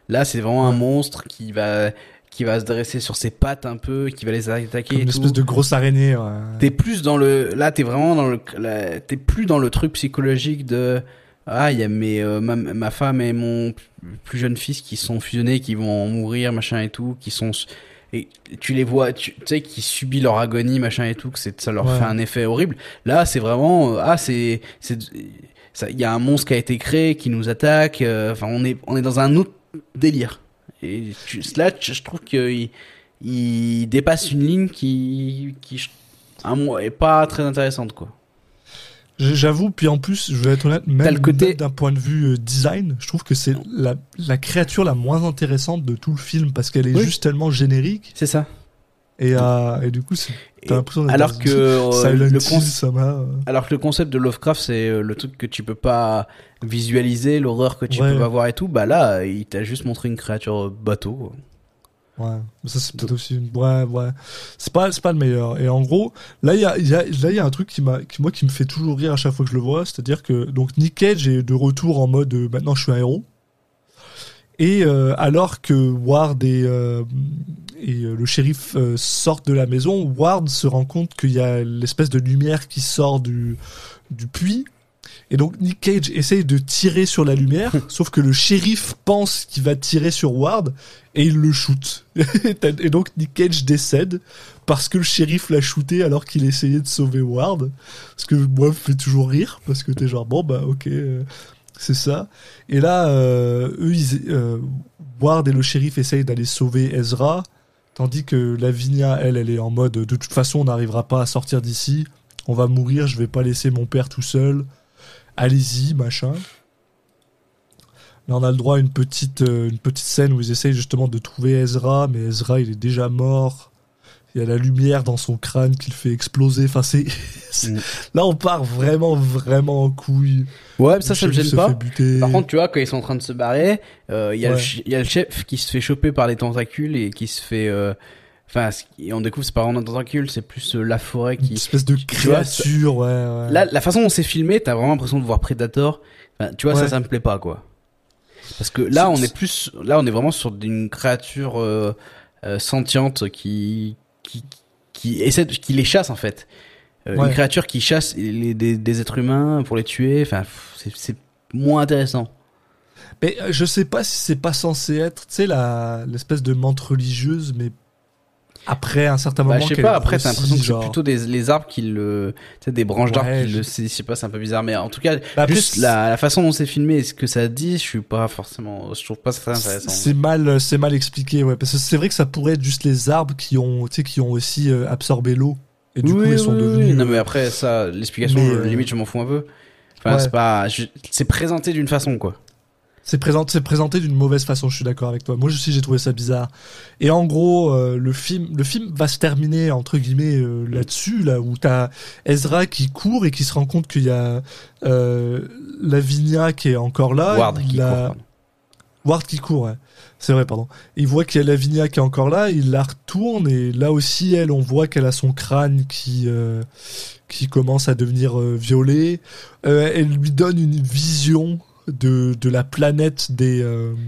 Là, c'est vraiment un monstre qui va se dresser sur ses pattes un peu, qui va les attaquer Comme et une tout. espèce de grosse araignée. Ouais. T'es plus dans t'es vraiment t'es plus dans le truc psychologique de, il y a ma femme et mon plus jeune fils qui sont fusionnés, qui vont mourir, machin et tout, et tu les vois, tu sais, qui subissent leur agonie, machin et tout, que ça leur fait un effet horrible. Là, c'est vraiment, il y a un monstre qui a été créé, qui nous attaque, enfin, on est dans un autre délire. Et là, je trouve qu'il dépasse une ligne qui est pas très intéressante, quoi. J'avoue, puis en plus, je vais être honnête, même d'un point de vue design, je trouve que c'est la créature la moins intéressante de tout le film parce qu'elle est juste tellement générique. C'est ça. Et du coup, t'as l'impression d'être alors que alors que le concept de Lovecraft, c'est le truc que tu peux pas visualiser, l'horreur que tu peux pas voir et tout. Bah là, il t'a juste montré une créature bateau, quoi. Ouais, mais ça c'est peut-être aussi c'est pas le meilleur. Et en gros, là il y a un truc qui me fait toujours rire à chaque fois que je le vois, c'est-à-dire que donc Nick Cage est de retour en mode maintenant je suis un héros. Et alors que Ward et le shérif sortent de la maison, Ward se rend compte qu'il y a l'espèce de lumière qui sort du puits. Et donc Nick Cage essaye de tirer sur la lumière, sauf que le shérif pense qu'il va tirer sur Ward et il le shoot. Et donc Nick Cage décède parce que le shérif l'a shooté alors qu'il essayait de sauver Ward. Ce que moi me fait toujours rire parce que t'es genre bon bah ok, c'est ça. Et là Ward et le shérif essayent d'aller sauver Ezra, tandis que Lavinia elle est en mode de toute façon on n'arrivera pas à sortir d'ici, on va mourir, je vais pas laisser mon père tout seul. Allez-y, machin. Là, on a le droit à une petite scène où ils essayent justement de trouver Ezra, mais Ezra, il est déjà mort. Il y a la lumière dans son crâne qui le fait exploser. Enfin, là, on part vraiment, vraiment en couille. Ouais, mais ça me gêne pas. Par contre, tu vois, quand ils sont en train de se barrer, il y a le chef qui se fait choper par les tentacules et qui se fait... Enfin, on découvre c'est pas vraiment un tentacule, c'est plus la forêt qui... Une espèce de créature, ouais. Là, la façon dont c'est filmé, t'as vraiment l'impression de voir Predator. Enfin, tu vois, ça me plaît pas, quoi. Parce que là, on est vraiment sur une créature sentiente qui les chasse, en fait. Une créature qui chasse des êtres humains pour les tuer. Enfin, c'est moins intéressant. Mais je sais pas si c'est pas censé être, tu sais, l'espèce de menthe religieuse, mais après un certain moment, je sais pas, après t'as l'impression que c'est plutôt les arbres qui tu sais, des branches d'arbres qui je sais pas, c'est un peu bizarre, mais en tout cas, juste la façon dont c'est filmé et ce que ça dit, je trouve pas ça très intéressant. C'est mal expliqué, ouais, parce que c'est vrai que ça pourrait être juste les arbres qui ont aussi absorbé l'eau. Et du coup, ils sont devenus. Non, mais après, ça, l'explication, limite, je m'en fous un peu. Enfin, c'est présenté d'une façon, quoi. C'est présenté d'une mauvaise façon, je suis d'accord avec toi. Moi aussi, j'ai trouvé ça bizarre. Et en gros, le film va se terminer, entre guillemets, là-dessus, là, où t'as Ezra qui court et qui se rend compte qu'il y a Lavinia qui est encore là. Ward qui court, ouais. C'est vrai, pardon. Il voit qu'il y a Lavinia qui est encore là, il la retourne, et là aussi, on voit qu'elle a son crâne qui commence à devenir violet. Elle lui donne une vision de la planète des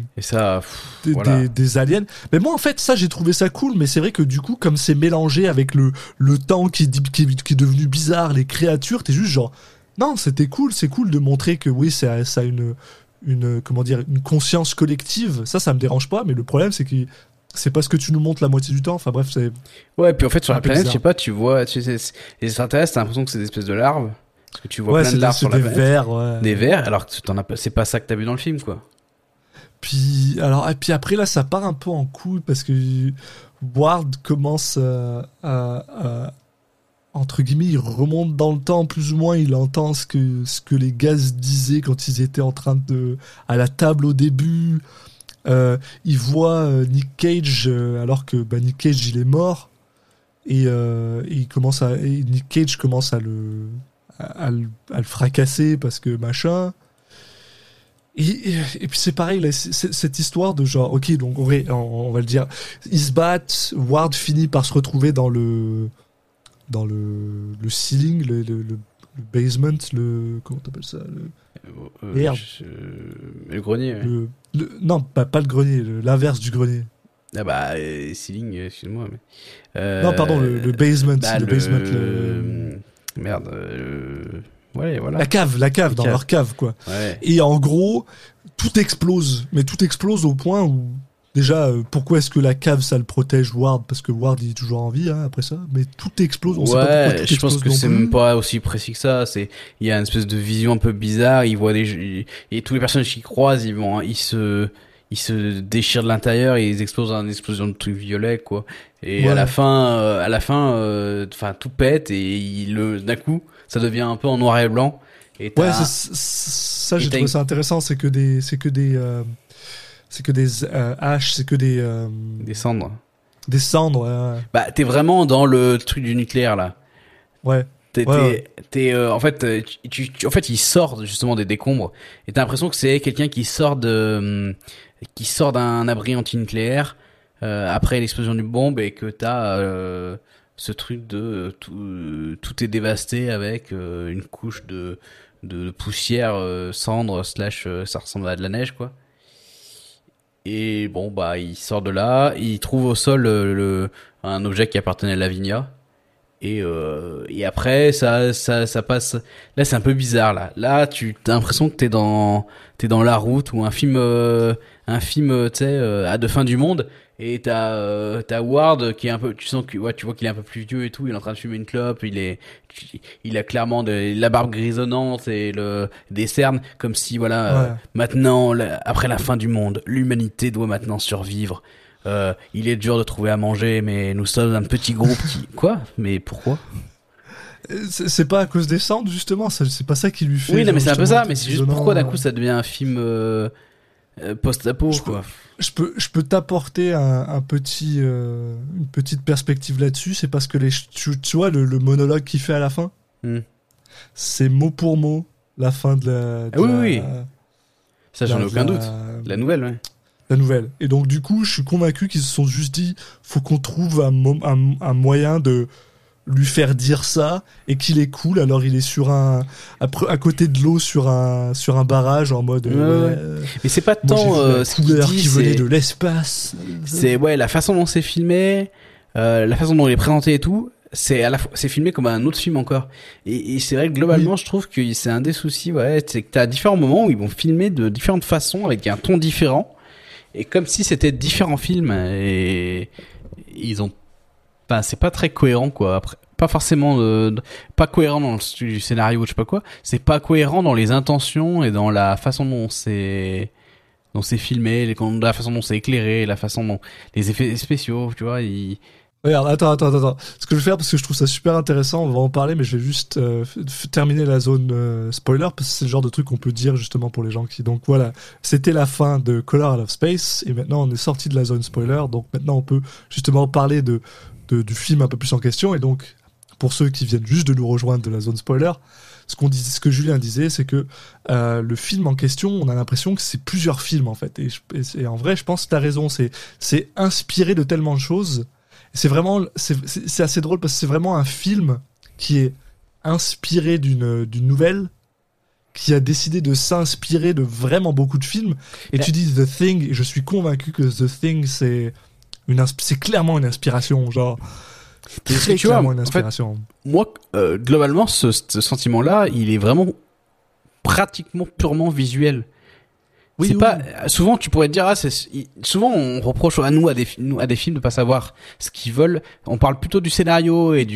aliens. Mais moi en fait ça j'ai trouvé ça cool, mais c'est vrai que du coup comme c'est mélangé avec le temps qui est devenu bizarre, les créatures, t'es juste genre non, c'était cool, c'est cool de montrer que oui ça a une comment dire, une conscience collective, ça me dérange pas, mais le problème c'est que c'est pas ce que tu nous montres la moitié du temps. Enfin bref, c'est puis en fait sur la planète, je sais pas, tu vois les extraterrestres, t'as l'impression que c'est des espèces de larves. Parce que tu vois plein de larves sur la planète. Des vers, alors que c'est pas ça que t'as vu dans le film, quoi. Puis après là, ça part un peu en couille parce que Ward commence à entre guillemets, il remonte dans le temps plus ou moins, il entend ce que les gars disaient quand ils étaient en train à la table au début. Il voit Nick Cage alors que Nick Cage il est mort et Nick Cage commence à le fracasser parce que machin. Et puis c'est pareil là, cette histoire de genre ok, donc on va le dire, ils se battent, Ward finit par se retrouver dans le ceiling, basement, comment t'appelles ça, Merde. Le grenier. Ouais. non, pas le grenier, l'inverse du grenier. Ah bah, ceiling, excuse-moi. Mais... non, pardon, le basement. Bah, le basement. Merde. Ouais, voilà. La cave, dans leur cave, quoi. Ouais. Et en gros, tout explose. Mais tout explose au point où, déjà, pourquoi est-ce que la cave, ça le protège Ward? Parce que Ward, il est toujours en vie, après ça. Mais tout explose, on sait pas pourquoi tout je pense explose que non c'est plus. même pas aussi précis que ça. Il y a une espèce de vision un peu bizarre. Il voit et tous les personnages qui croisent, ils se déchirent de l'intérieur et ils explosent dans une explosion de trucs violets, quoi. Et à la fin, tout pète et d'un coup, ça devient un peu en noir et blanc. Et ça, j'ai trouvé ça intéressant. C'est que des haches, c'est que des cendres. Des cendres, ouais. Bah, t'es vraiment dans le truc du nucléaire, là. Ouais. En fait, il sort justement des décombres et t'as l'impression que c'est quelqu'un qui sort d'un abri antinucléaire après l'explosion d'une bombe et que t'as ce truc de tout est dévasté avec une couche de poussière, cendre / ça ressemble à de la neige, quoi. Et bon, bah, il sort de là, il trouve au sol un objet qui appartenait à Lavinia. Et après, ça passe. Là, c'est un peu bizarre, là. Là, tu as l'impression que t'es dans La Route ou un film, tu sais, à de fin du monde. Et t'as Ward qui est un peu, tu sens que, ouais, tu vois qu'il est un peu plus vieux et tout. Il est en train de fumer une clope. Il a clairement la barbe grisonnante et des cernes, comme si, voilà, maintenant, après la fin du monde, l'humanité doit maintenant survivre. Il est dur de trouver à manger, mais nous sommes un petit groupe qui... Quoi? Mais pourquoi? C'est pas à cause des cendres, justement, c'est pas ça qui lui fait... Oui, non, mais c'est un peu ça, mais c'est juste pourquoi d'un coup ça devient un film post-apo, quoi. Je peux t'apporter une petite perspective là-dessus, c'est parce que tu vois le monologue qu'il fait à la fin, c'est mot pour mot la fin de la... oui. Ça, j'en ai aucun doute. La nouvelle, ouais. La nouvelle. Et donc, du coup, je suis convaincu qu'ils se sont juste dit, faut qu'on trouve un moyen de lui faire dire ça et qu'il est cool. Alors, il est à côté de l'eau sur un barrage en mode. Mais c'est pas tant ce qu'il dit, qui venait de l'espace. C'est la façon dont c'est filmé, la façon dont il est présenté et tout. C'est filmé comme un autre film encore. Et c'est vrai que globalement, je trouve que c'est un des soucis. Ouais, c'est que t'as différents moments où ils vont filmer de différentes façons avec un ton différent. Et comme si c'était différents films et ils ont c'est pas très cohérent, quoi. Après, pas forcément pas cohérent dans le scénario ou je sais pas quoi, c'est pas cohérent dans les intentions et dans la façon dont c'est filmé, la façon dont c'est éclairé, la façon dont les effets spéciaux, tu vois, Regarde, attends. Ce que je vais faire, parce que je trouve ça super intéressant, on va en parler, mais je vais juste terminer la zone spoiler, parce que c'est le genre de truc qu'on peut dire justement pour les gens qui... Donc voilà, c'était la fin de Color Out of Space, et maintenant on est sorti de la zone spoiler, donc maintenant on peut justement parler du film un peu plus en question, et donc pour ceux qui viennent juste de nous rejoindre de la zone spoiler, ce que Julien disait, c'est que le film en question, on a l'impression que c'est plusieurs films en fait, et en vrai je pense que t'as raison, c'est inspiré de tellement de choses. C'est assez drôle parce que c'est vraiment un film qui est inspiré d'une nouvelle, qui a décidé de s'inspirer de vraiment beaucoup de films. Et tu dis The Thing, et je suis convaincu que The Thing c'est clairement une inspiration, genre. Très clairement une inspiration. En fait, moi, globalement, ce sentiment-là, il est vraiment pratiquement purement visuel. Oui, c'est pas souvent tu pourrais te dire souvent on reproche à des films de pas savoir ce qu'ils veulent. On parle plutôt du scénario et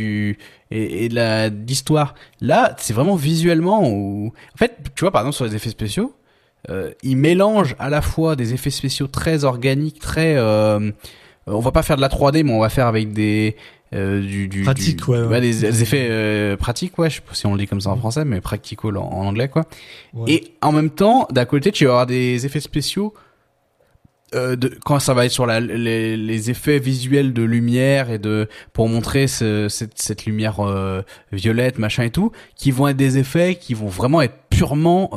de l'histoire. Là, c'est vraiment visuellement en fait, tu vois par exemple sur les effets spéciaux, ils mélangent à la fois des effets spéciaux très organiques, très on va pas faire de la 3D mais on va faire avec des pratique, des effets pratiques, ouais, je sais pas si on le dit comme ça en français, mais practical en anglais, quoi. Ouais. Et en même temps, d'un côté, tu vas avoir des effets spéciaux quand ça va être sur les effets visuels de lumière et pour montrer cette lumière violette, machin et tout, qui vont être des effets qui vont vraiment être purement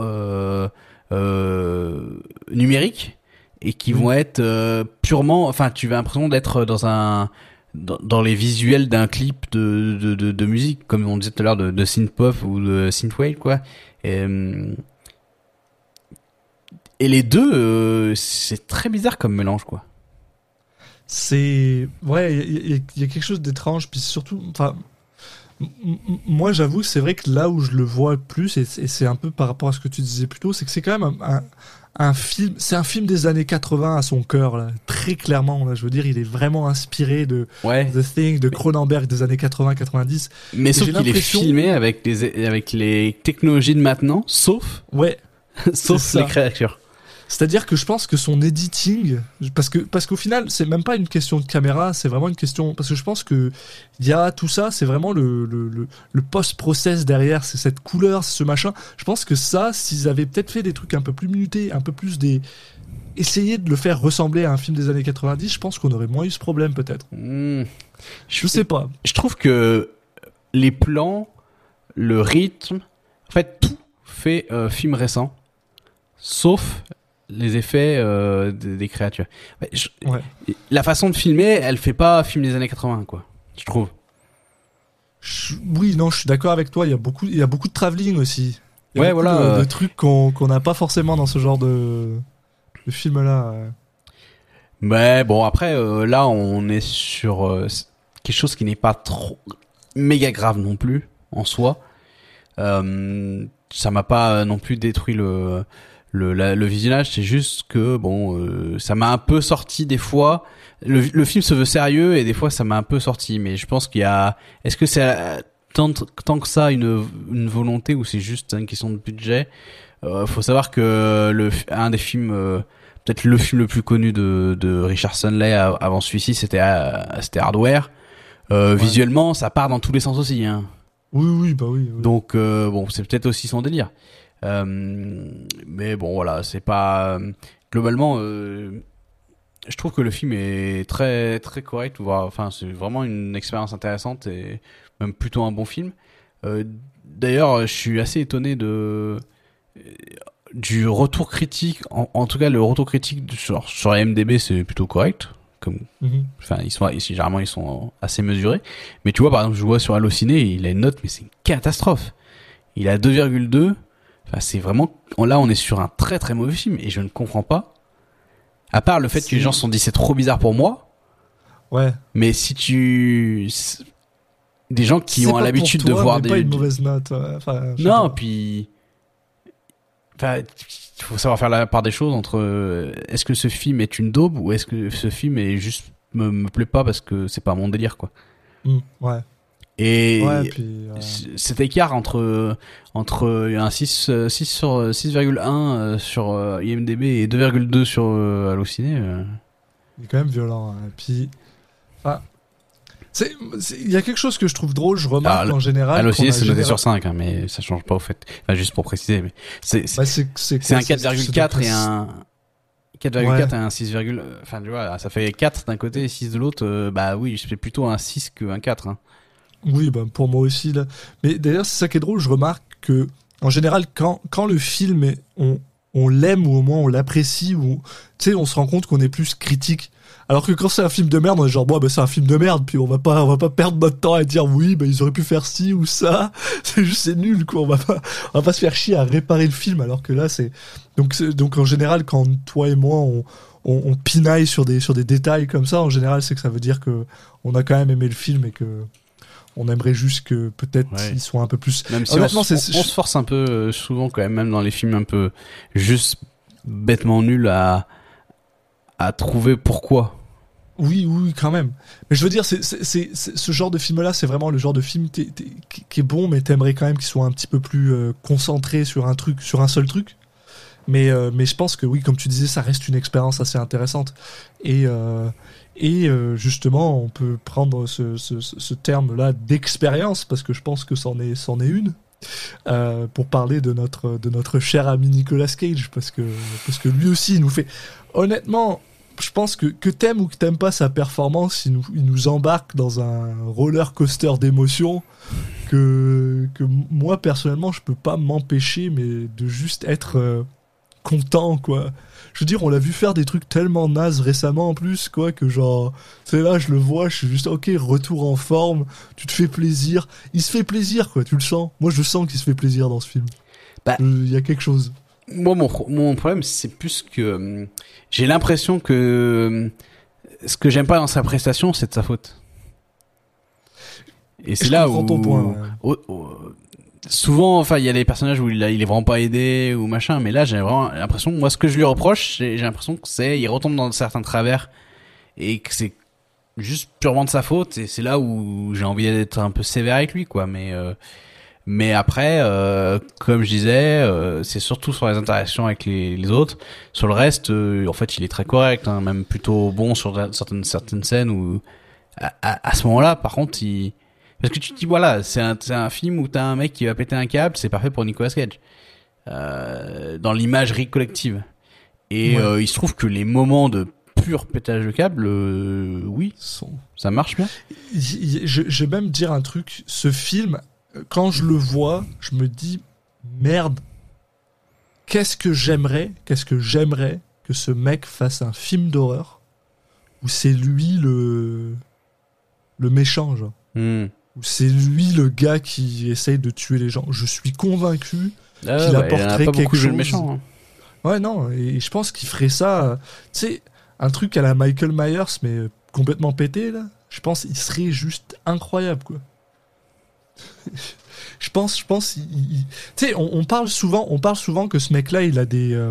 numériques et qui vont être purement, enfin, tu as l'impression d'être dans dans les visuels d'un clip de musique, comme on disait tout à l'heure de synth-pop ou de synthwave, quoi. Et les deux, c'est très bizarre comme mélange, quoi. C'est ouais, il y a quelque chose d'étrange, puis surtout, enfin, moi j'avoue que c'est vrai que là où je le vois le plus, et c'est un peu par rapport à ce que tu disais plus tôt, c'est que c'est quand même un film, c'est un film des années 80 à son cœur, là, très clairement. Là, je veux dire, il est vraiment inspiré de The Thing, de Cronenberg des années 80-90. Mais sauf qu'il est filmé avec les technologies de maintenant, sauf les créatures. C'est-à-dire que je pense que son editing, parce qu'au final, c'est même pas une question de caméra, c'est vraiment une question, parce que je pense que il y a tout ça, c'est vraiment le post-process derrière, c'est cette couleur, c'est ce machin. Je pense que ça, s'ils avaient peut-être fait des trucs un peu plus minutés, un peu plus essayer de le faire ressembler à un film des années 90, je pense qu'on aurait moins eu ce problème peut-être. Je sais pas. Je trouve que les plans, le rythme, en fait tout fait film récent, sauf les effets des créatures. La façon de filmer, elle fait pas film des années 80, quoi. Je trouve. Oui, non, je suis d'accord avec toi. Il y a beaucoup de travelling aussi. Il y a beaucoup de trucs qu'on n'a pas forcément dans ce genre de film-là. Mais bon, après, là, on est sur quelque chose qui n'est pas trop méga grave non plus en soi. Ça m'a pas non plus détruit le visionnage, c'est juste que bon, ça m'a un peu sorti des fois. Le film se veut sérieux et des fois ça m'a un peu sorti, mais je pense qu'il y a. Est-ce que c'est tant que ça une volonté ou c'est juste une question de budget? Faut savoir que un des films, peut-être le film le plus connu de Richard Stanley avant celui-ci, c'était Hardware. Visuellement, ça part dans tous les sens aussi, hein. Oui. Donc bon, c'est peut-être aussi son délire. Mais bon, voilà, c'est pas globalement. Je trouve que le film est très très correct. Enfin, c'est vraiment une expérience intéressante et même plutôt un bon film. D'ailleurs, je suis assez étonné du retour critique. En tout cas, le retour critique sur IMDb, c'est plutôt correct. Enfin, généralement ils sont assez mesurés. Mais tu vois, par exemple, je vois sur Allociné, il a une note, mais c'est une catastrophe. Il a 2,2. Enfin, c'est vraiment, là, on est sur un très très mauvais film et je ne comprends pas. À part le fait que les gens se sont dit c'est trop bizarre pour moi. Ouais. Mais des gens qui ont l'habitude de voir des. C'est pas une mauvaise note. Enfin, non, puis. Enfin, il faut savoir faire la part des choses entre est-ce que ce film est une daube ou est-ce que ce film est juste me plaît pas parce que c'est pas mon délire, quoi. Ouais. Et cet écart entre un 6,1 sur IMDb et 2,2 sur Allociné, il est quand même violent. Et puis, il y a quelque chose que je trouve drôle, je remarque en général. Allociné, c'est noté sur 5, hein, mais ça change pas au fait. Enfin, juste pour préciser, mais c'est un 4,4 et un 4,4 et un 6, enfin, tu vois, ça fait 4 d'un côté et 6 de l'autre. Bah oui, c'est plutôt un 6 qu'un 4, hein. Oui, bah pour moi aussi là. Mais d'ailleurs, c'est ça qui est drôle. Je remarque que, en général, quand le film on l'aime ou au moins on l'apprécie ou tu sais, on se rend compte qu'on est plus critique. Alors que quand c'est un film de merde, on est genre bon, bah c'est un film de merde, puis on va pas perdre notre temps à dire oui, bah ils auraient pu faire ci ou ça. C'est nul, quoi. On va pas se faire chier à réparer le film. Alors que là, donc en général, quand toi et moi on pinaille sur des détails comme ça, en général, c'est que ça veut dire que on a quand même aimé le film et que on aimerait juste que peut-être ils soient un peu plus. Même si on se force un peu souvent quand même dans les films un peu juste bêtement nuls à trouver pourquoi. Oui, quand même. Mais je veux dire, c'est ce genre de film-là, c'est vraiment le genre de film qui est bon, mais t'aimerais quand même qu'il soit un petit peu plus concentré sur un seul truc. Mais je pense que oui, comme tu disais, ça reste une expérience assez intéressante. Et justement, on peut prendre ce terme-là d'expérience, parce que je pense que c'en est une, pour parler de notre cher ami Nicolas Cage, parce que lui aussi, il nous fait... Honnêtement, je pense que t'aimes ou que t'aimes pas sa performance, il nous embarque dans un roller coaster d'émotions que moi, personnellement, je peux pas m'empêcher, mais de juste être... content, quoi. Je veux dire, on l'a vu faire des trucs tellement nazes récemment en plus, quoi, que genre, c'est là, je le vois, je suis juste, ok, retour en forme, tu te fais plaisir. Il se fait plaisir, quoi, tu le sens. Moi, je sens qu'il se fait plaisir dans ce film. Bah, Il y a quelque chose. Moi, mon problème, c'est plus que j'ai l'impression que ce que j'aime pas dans sa prestation, c'est de sa faute. Et c'est Je là comprends où, ton point, ouais. souvent, enfin, il y a des personnages où il est vraiment pas aidé ou machin, mais là, j'ai vraiment l'impression, moi, ce que je lui reproche, j'ai l'impression que il retombe dans certains travers et que c'est juste purement de sa faute. Et c'est là où j'ai envie d'être un peu sévère avec lui, quoi. Mais après, comme je disais, c'est surtout sur les interactions avec les autres. Sur le reste, en fait, il est très correct, hein, même plutôt bon sur certaines scènes où, à ce moment-là, par contre, parce que tu te dis, voilà, c'est un film où t'as un mec qui va péter un câble, c'est parfait pour Nicolas Cage. Dans l'imagerie collective. Et il se trouve que les moments de pur pétage de câble, oui, ça marche bien. Je vais même dire un truc, ce film, quand je le vois, je me dis, merde, qu'est-ce que j'aimerais que ce mec fasse un film d'horreur où c'est lui le méchant, genre. Où c'est lui le gars qui essaye de tuer les gens. Je suis convaincu qu'il apporterait quelque chose. Méchant, hein. Ouais, non, et je pense qu'il ferait ça, tu sais, un truc à la Michael Myers, mais complètement pété, là. Je pense qu'il serait juste incroyable, quoi. je pense, tu sais, on parle souvent que ce mec-là, il a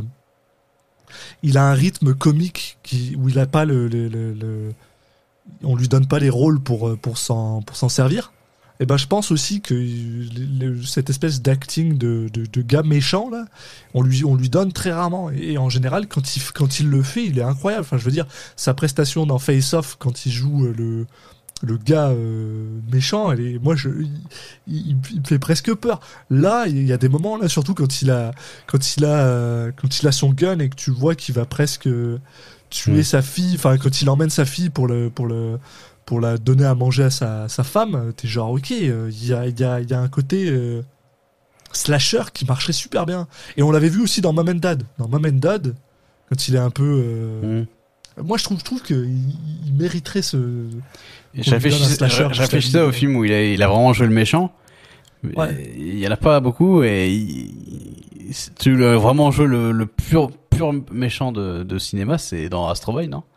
il a un rythme comique où il a pas on lui donne pas les rôles pour s'en servir. Et ben, je pense aussi que cette espèce d'acting de gars méchant, là, on lui donne très rarement. Et en général, quand il le fait, il est incroyable. Enfin, je veux dire, sa prestation dans Face Off, quand il joue le gars méchant, il me fait presque peur. Là, il y a des moments, là, surtout quand il a son gun et que tu vois qu'il va presque tuer sa fille, enfin, quand il emmène sa fille pour la donner à manger à sa femme, t'es genre, ok, il y a un côté slasher qui marcherait super bien. Et on l'avait vu aussi dans Mom and Dad. Dans Mom and Dad, quand il est un peu... Moi, je trouve qu'il mériterait ce... Je réfléchissais au film où il a vraiment joué le méchant. Ouais. Il y en a pas beaucoup et tu le vraiment joué le pur méchant de cinéma, c'est dans Astro Boy, non?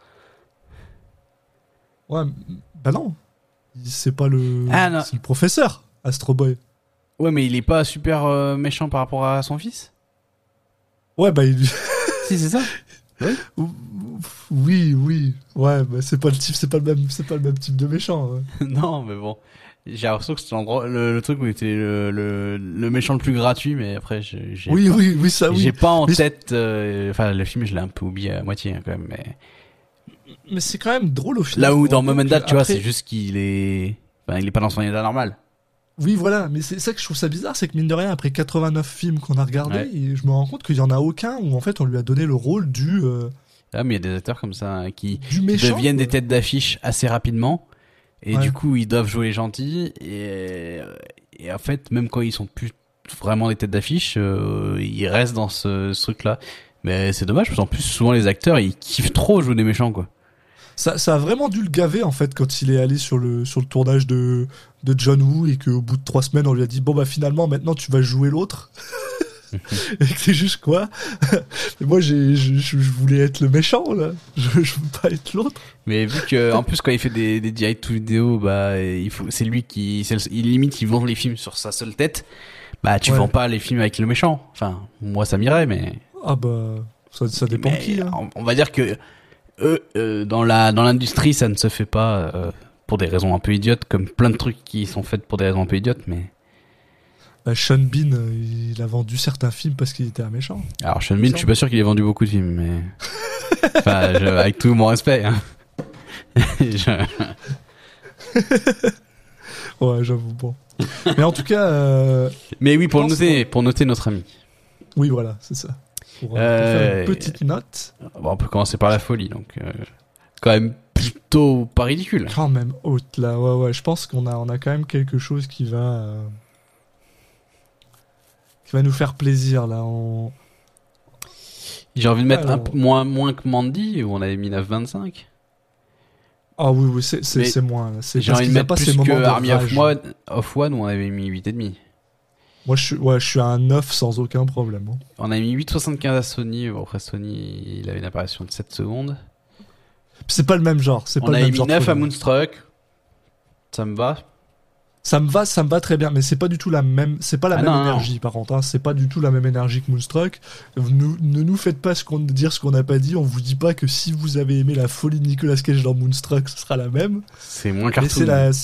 Ouais, bah non. C'est pas c'est le professeur, Astro Boy. Ouais, mais il est pas super méchant par rapport à son fils? Ouais, bah il... Si, c'est ça. Oui. Ouais, bah c'est pas le même type de méchant. Ouais. Non, mais bon. J'ai l'impression que c'était le truc où il était le méchant le plus gratuit, mais après, oui, ça, oui. J'ai pas en tête, enfin, le film, je l'ai un peu oublié à moitié, hein, quand même, mais c'est quand même drôle au final. Là où dans Mom and Dad, tu vois, c'est juste qu'il est pas dans son état normal. Oui, voilà, mais c'est ça que je trouve ça bizarre, c'est que mine de rien, après 89 films qu'on a regardés, et je me rends compte qu'il y en a aucun où en fait on lui a donné le rôle du... Ah, mais il y a des acteurs comme ça, hein, qui méchant, deviennent des têtes d'affiche assez rapidement, et du coup ils doivent jouer les gentils, et en fait, même quand ils sont plus vraiment des têtes d'affiche, ils restent dans ce truc-là. Mais c'est dommage, parce qu'en plus, souvent les acteurs, ils kiffent trop jouer des méchants, quoi. Ça a vraiment dû le gaver en fait quand il est allé sur le tournage de John Woo et qu'au bout de 3 semaines on lui a dit bon bah finalement maintenant tu vas jouer l'autre. Et que c'est juste quoi. Mais moi je voulais être le méchant là. Je veux pas être l'autre. Mais vu que en plus quand il fait des direct to vidéo, bah c'est lui il limite il vend les films sur sa seule tête. Bah tu vends pas les films avec le méchant. Enfin moi ça m'irait mais. Ah bah ça dépend qui. Hein. On va dire que dans l'industrie, ça ne se fait pas pour des raisons un peu idiotes, comme plein de trucs qui sont faits pour des raisons un peu idiotes, mais... Bah, Sean Bean, il a vendu certains films parce qu'il était un méchant. Alors Sean Bean, je suis pas sûr qu'il ait vendu beaucoup de films, mais... enfin, avec tout mon respect. Hein. Ouais, j'avoue, bon. Mais en tout cas... Mais oui, pour noter notre ami. Oui, voilà, c'est ça. Pour faire une petite note. Bon, on peut commencer par la folie, donc quand même plutôt pas ridicule. Quand même haute là, ouais. Je pense qu'on a quand même quelque chose qui va nous faire plaisir là. J'ai envie de mettre un Alors- peu moins que Mandy, où on avait mis 9,25. Ah oui, Mais c'est moins. Là. C'est J'ai parce envie de qu'il n'y a mettre pas plus ces moments que de Army rage. of One, où on avait mis 8,5. Moi, je suis à un 9 sans aucun problème. Hein. On a mis 8,75 à Sony. Bon, après, Sony, il avait une apparition de 7 secondes. C'est pas le même genre. C'est On pas le avait même mis genre. 9 de à film. Moonstruck. Ça me va. Ça me va très bien, mais c'est pas du tout la même, c'est pas la Ah même non, non. énergie par contre. Hein. C'est pas du tout la même énergie que Moonstruck. Ne nous faites pas dire ce qu'on n'a pas dit. On vous dit pas que si vous avez aimé la folie de Nicolas Cage dans Moonstruck, ce sera la même. C'est moins Mais cartoon.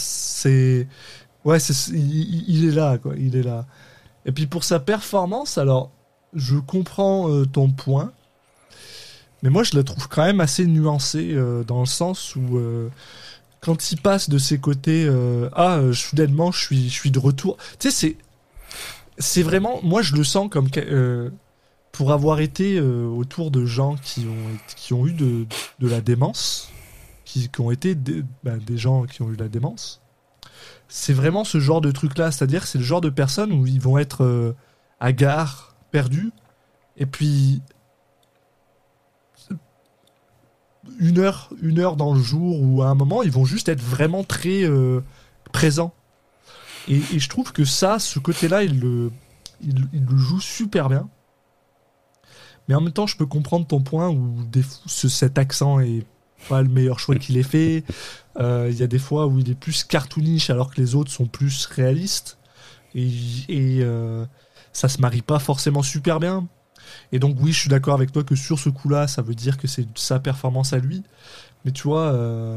il est là quoi. Il est là. Et puis pour sa performance, alors je comprends ton point, mais moi je la trouve quand même assez nuancée dans le sens où quand il passe de ses côtés, soudainement je suis de retour. Tu sais, c'est vraiment, moi je le sens comme pour avoir été autour de gens qui ont eu de la démence, qui ont été des gens qui ont eu de la démence. C'est vraiment ce genre de truc-là, c'est-à-dire que c'est le genre de personnes où ils vont être hagards, perdus, et puis une heure dans le jour ou à un moment, ils vont juste être vraiment très présents. Et je trouve que ça, ce côté-là, il le joue super bien. Mais en même temps, je peux comprendre ton point où cet accent est pas le meilleur choix qu'il ait fait. Il y a des fois où il est plus cartoonish alors que les autres sont plus réalistes. Et ça se marie pas forcément super bien. Et donc oui, je suis d'accord avec toi que sur ce coup-là, ça veut dire que c'est sa performance à lui. Mais tu vois,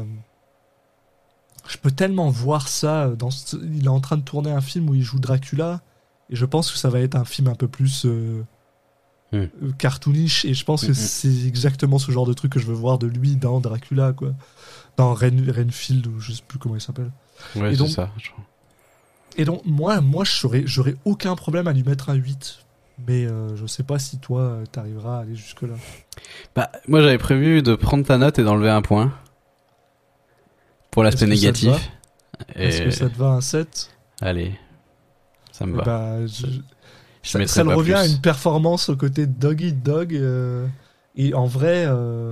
je peux tellement voir ça. Il est en train de tourner un film où il joue Dracula. Et je pense que ça va être un film un peu plus cartoonish. Et je pense que c'est exactement ce genre de truc que je veux voir de lui dans Dracula, quoi. Dans Renfield, ou je sais plus comment il s'appelle. Ouais, Et c'est donc- ça. Et donc, moi j'aurais aucun problème à lui mettre un 8. Mais je sais pas si toi, t'arriveras à aller jusque-là. Bah, moi, j'avais prévu de prendre ta note et d'enlever un point. Pour l'aspect Est-ce que ça te négatif. Est-ce que ça te va un 7 Allez. Ça me va. Bah, Je mettrai ça le pas revient plus. à une performance aux côtés de Dog Eat Dog. Et en vrai,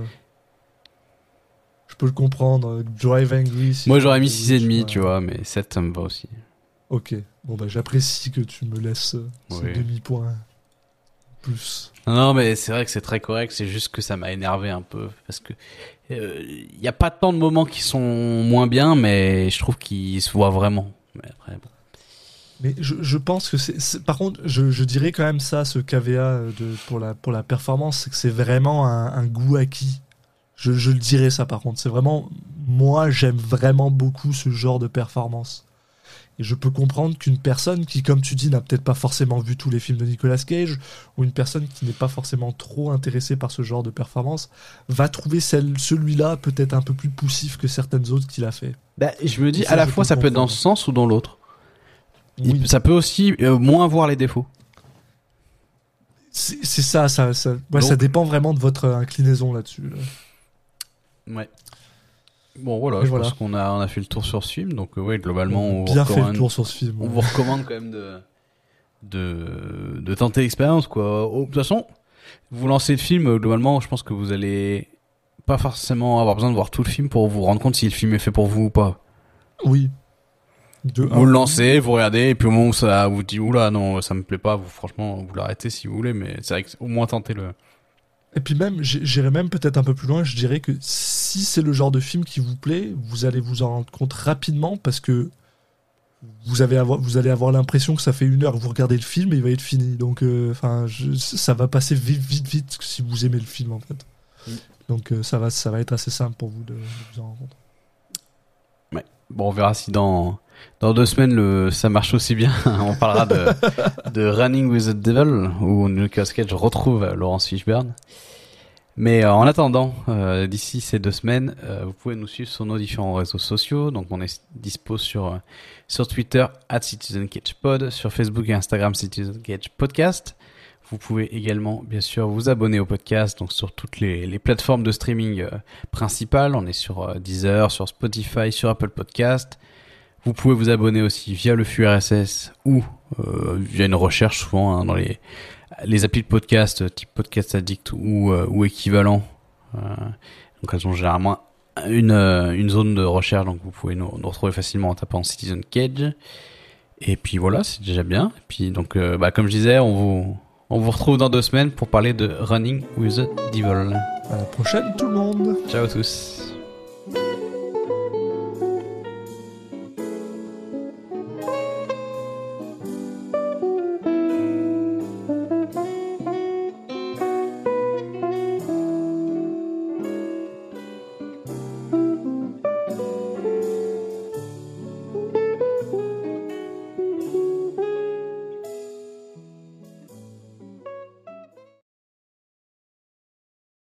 je peux le comprendre. Drive Angry. si Moi, tu j'aurais mis veux, 6,5, je tu vois, mais 7, ça me va aussi. Ok. Bon, bah, j'apprécie que tu me laisses ce Oui. demi-point plus. Non, mais c'est vrai que c'est très correct, c'est juste que ça m'a énervé un peu. Parce que il y a pas tant de moments qui sont moins bien, mais je trouve qu'ils se voient vraiment. Mais après, bon. Mais je pense que par contre, je dirais quand même ça, ce KVA pour la performance, c'est que c'est vraiment un goût acquis. Je le dirais ça par contre. C'est vraiment, moi j'aime vraiment beaucoup ce genre de performance. Et je peux comprendre qu'une personne qui, comme tu dis, n'a peut-être pas forcément vu tous les films de Nicolas Cage, ou une personne qui n'est pas forcément trop intéressée par ce genre de performance, va trouver celui-là peut-être un peu plus poussif que certaines autres qu'il a fait. Bah, je me dis, Et ça, à la je fois, peux ça peut être dans comprendre. ce sens ou dans l'autre. Oui. Ça peut aussi moins voir les défauts. C'est ça, ouais, Donc- ça dépend vraiment de votre inclinaison là-dessus. Là. Ouais. Bon, voilà, Et je voilà. pense qu'on a fait le tour sur ce film. Donc, ouais, globalement, On on a vous bien fait le recommande- tour sur ce film. On ouais. vous recommande quand même de tenter l'expérience, quoi. De toute façon, vous lancez le film, globalement, je pense que vous allez pas forcément avoir besoin de voir tout le film pour vous rendre compte si le film est fait pour vous ou pas. Oui. Vous le lancez, vous regardez, et puis au moment où ça vous dit, oula, non, ça me plaît pas, franchement, vous l'arrêtez si vous voulez, mais c'est vrai que au moins tentez-le. Et puis même, j'irais même peut-être un peu plus loin, je dirais que si c'est le genre de film qui vous plaît, vous allez vous en rendre compte rapidement parce que vous allez avoir l'impression que ça fait 1 heure que vous regardez le film et il va être fini. Donc, ça va passer vite si vous aimez le film en fait. Donc ça va être assez simple pour vous de vous en rendre compte. Ouais. Bon, on verra si dans 2 semaines ça marche aussi bien. On parlera de Running with the Devil où Nicolas Cage retrouve Laurence Fishburne. Mais en attendant, d'ici ces 2 semaines, vous pouvez nous suivre sur nos différents réseaux sociaux. Donc on est dispo sur Twitter @CitizenCagePod, sur Facebook et Instagram Citizen Cage Podcast. Vous pouvez également, bien sûr, vous abonner au podcast, donc sur toutes les plateformes de streaming principales. On est sur Deezer, sur Spotify, sur Apple Podcast. Vous pouvez vous abonner aussi via le flux RSS ou via une recherche souvent dans les les applis de podcast, type Podcast Addict ou équivalent. Donc elles ont généralement une zone de recherche, donc vous pouvez nous retrouver facilement en tapant Citizen Cage. Et puis voilà, c'est déjà bien. Et puis donc, comme je disais, on vous retrouve dans 2 semaines pour parler de Running with the Devil. À la prochaine tout le monde. Ciao à tous.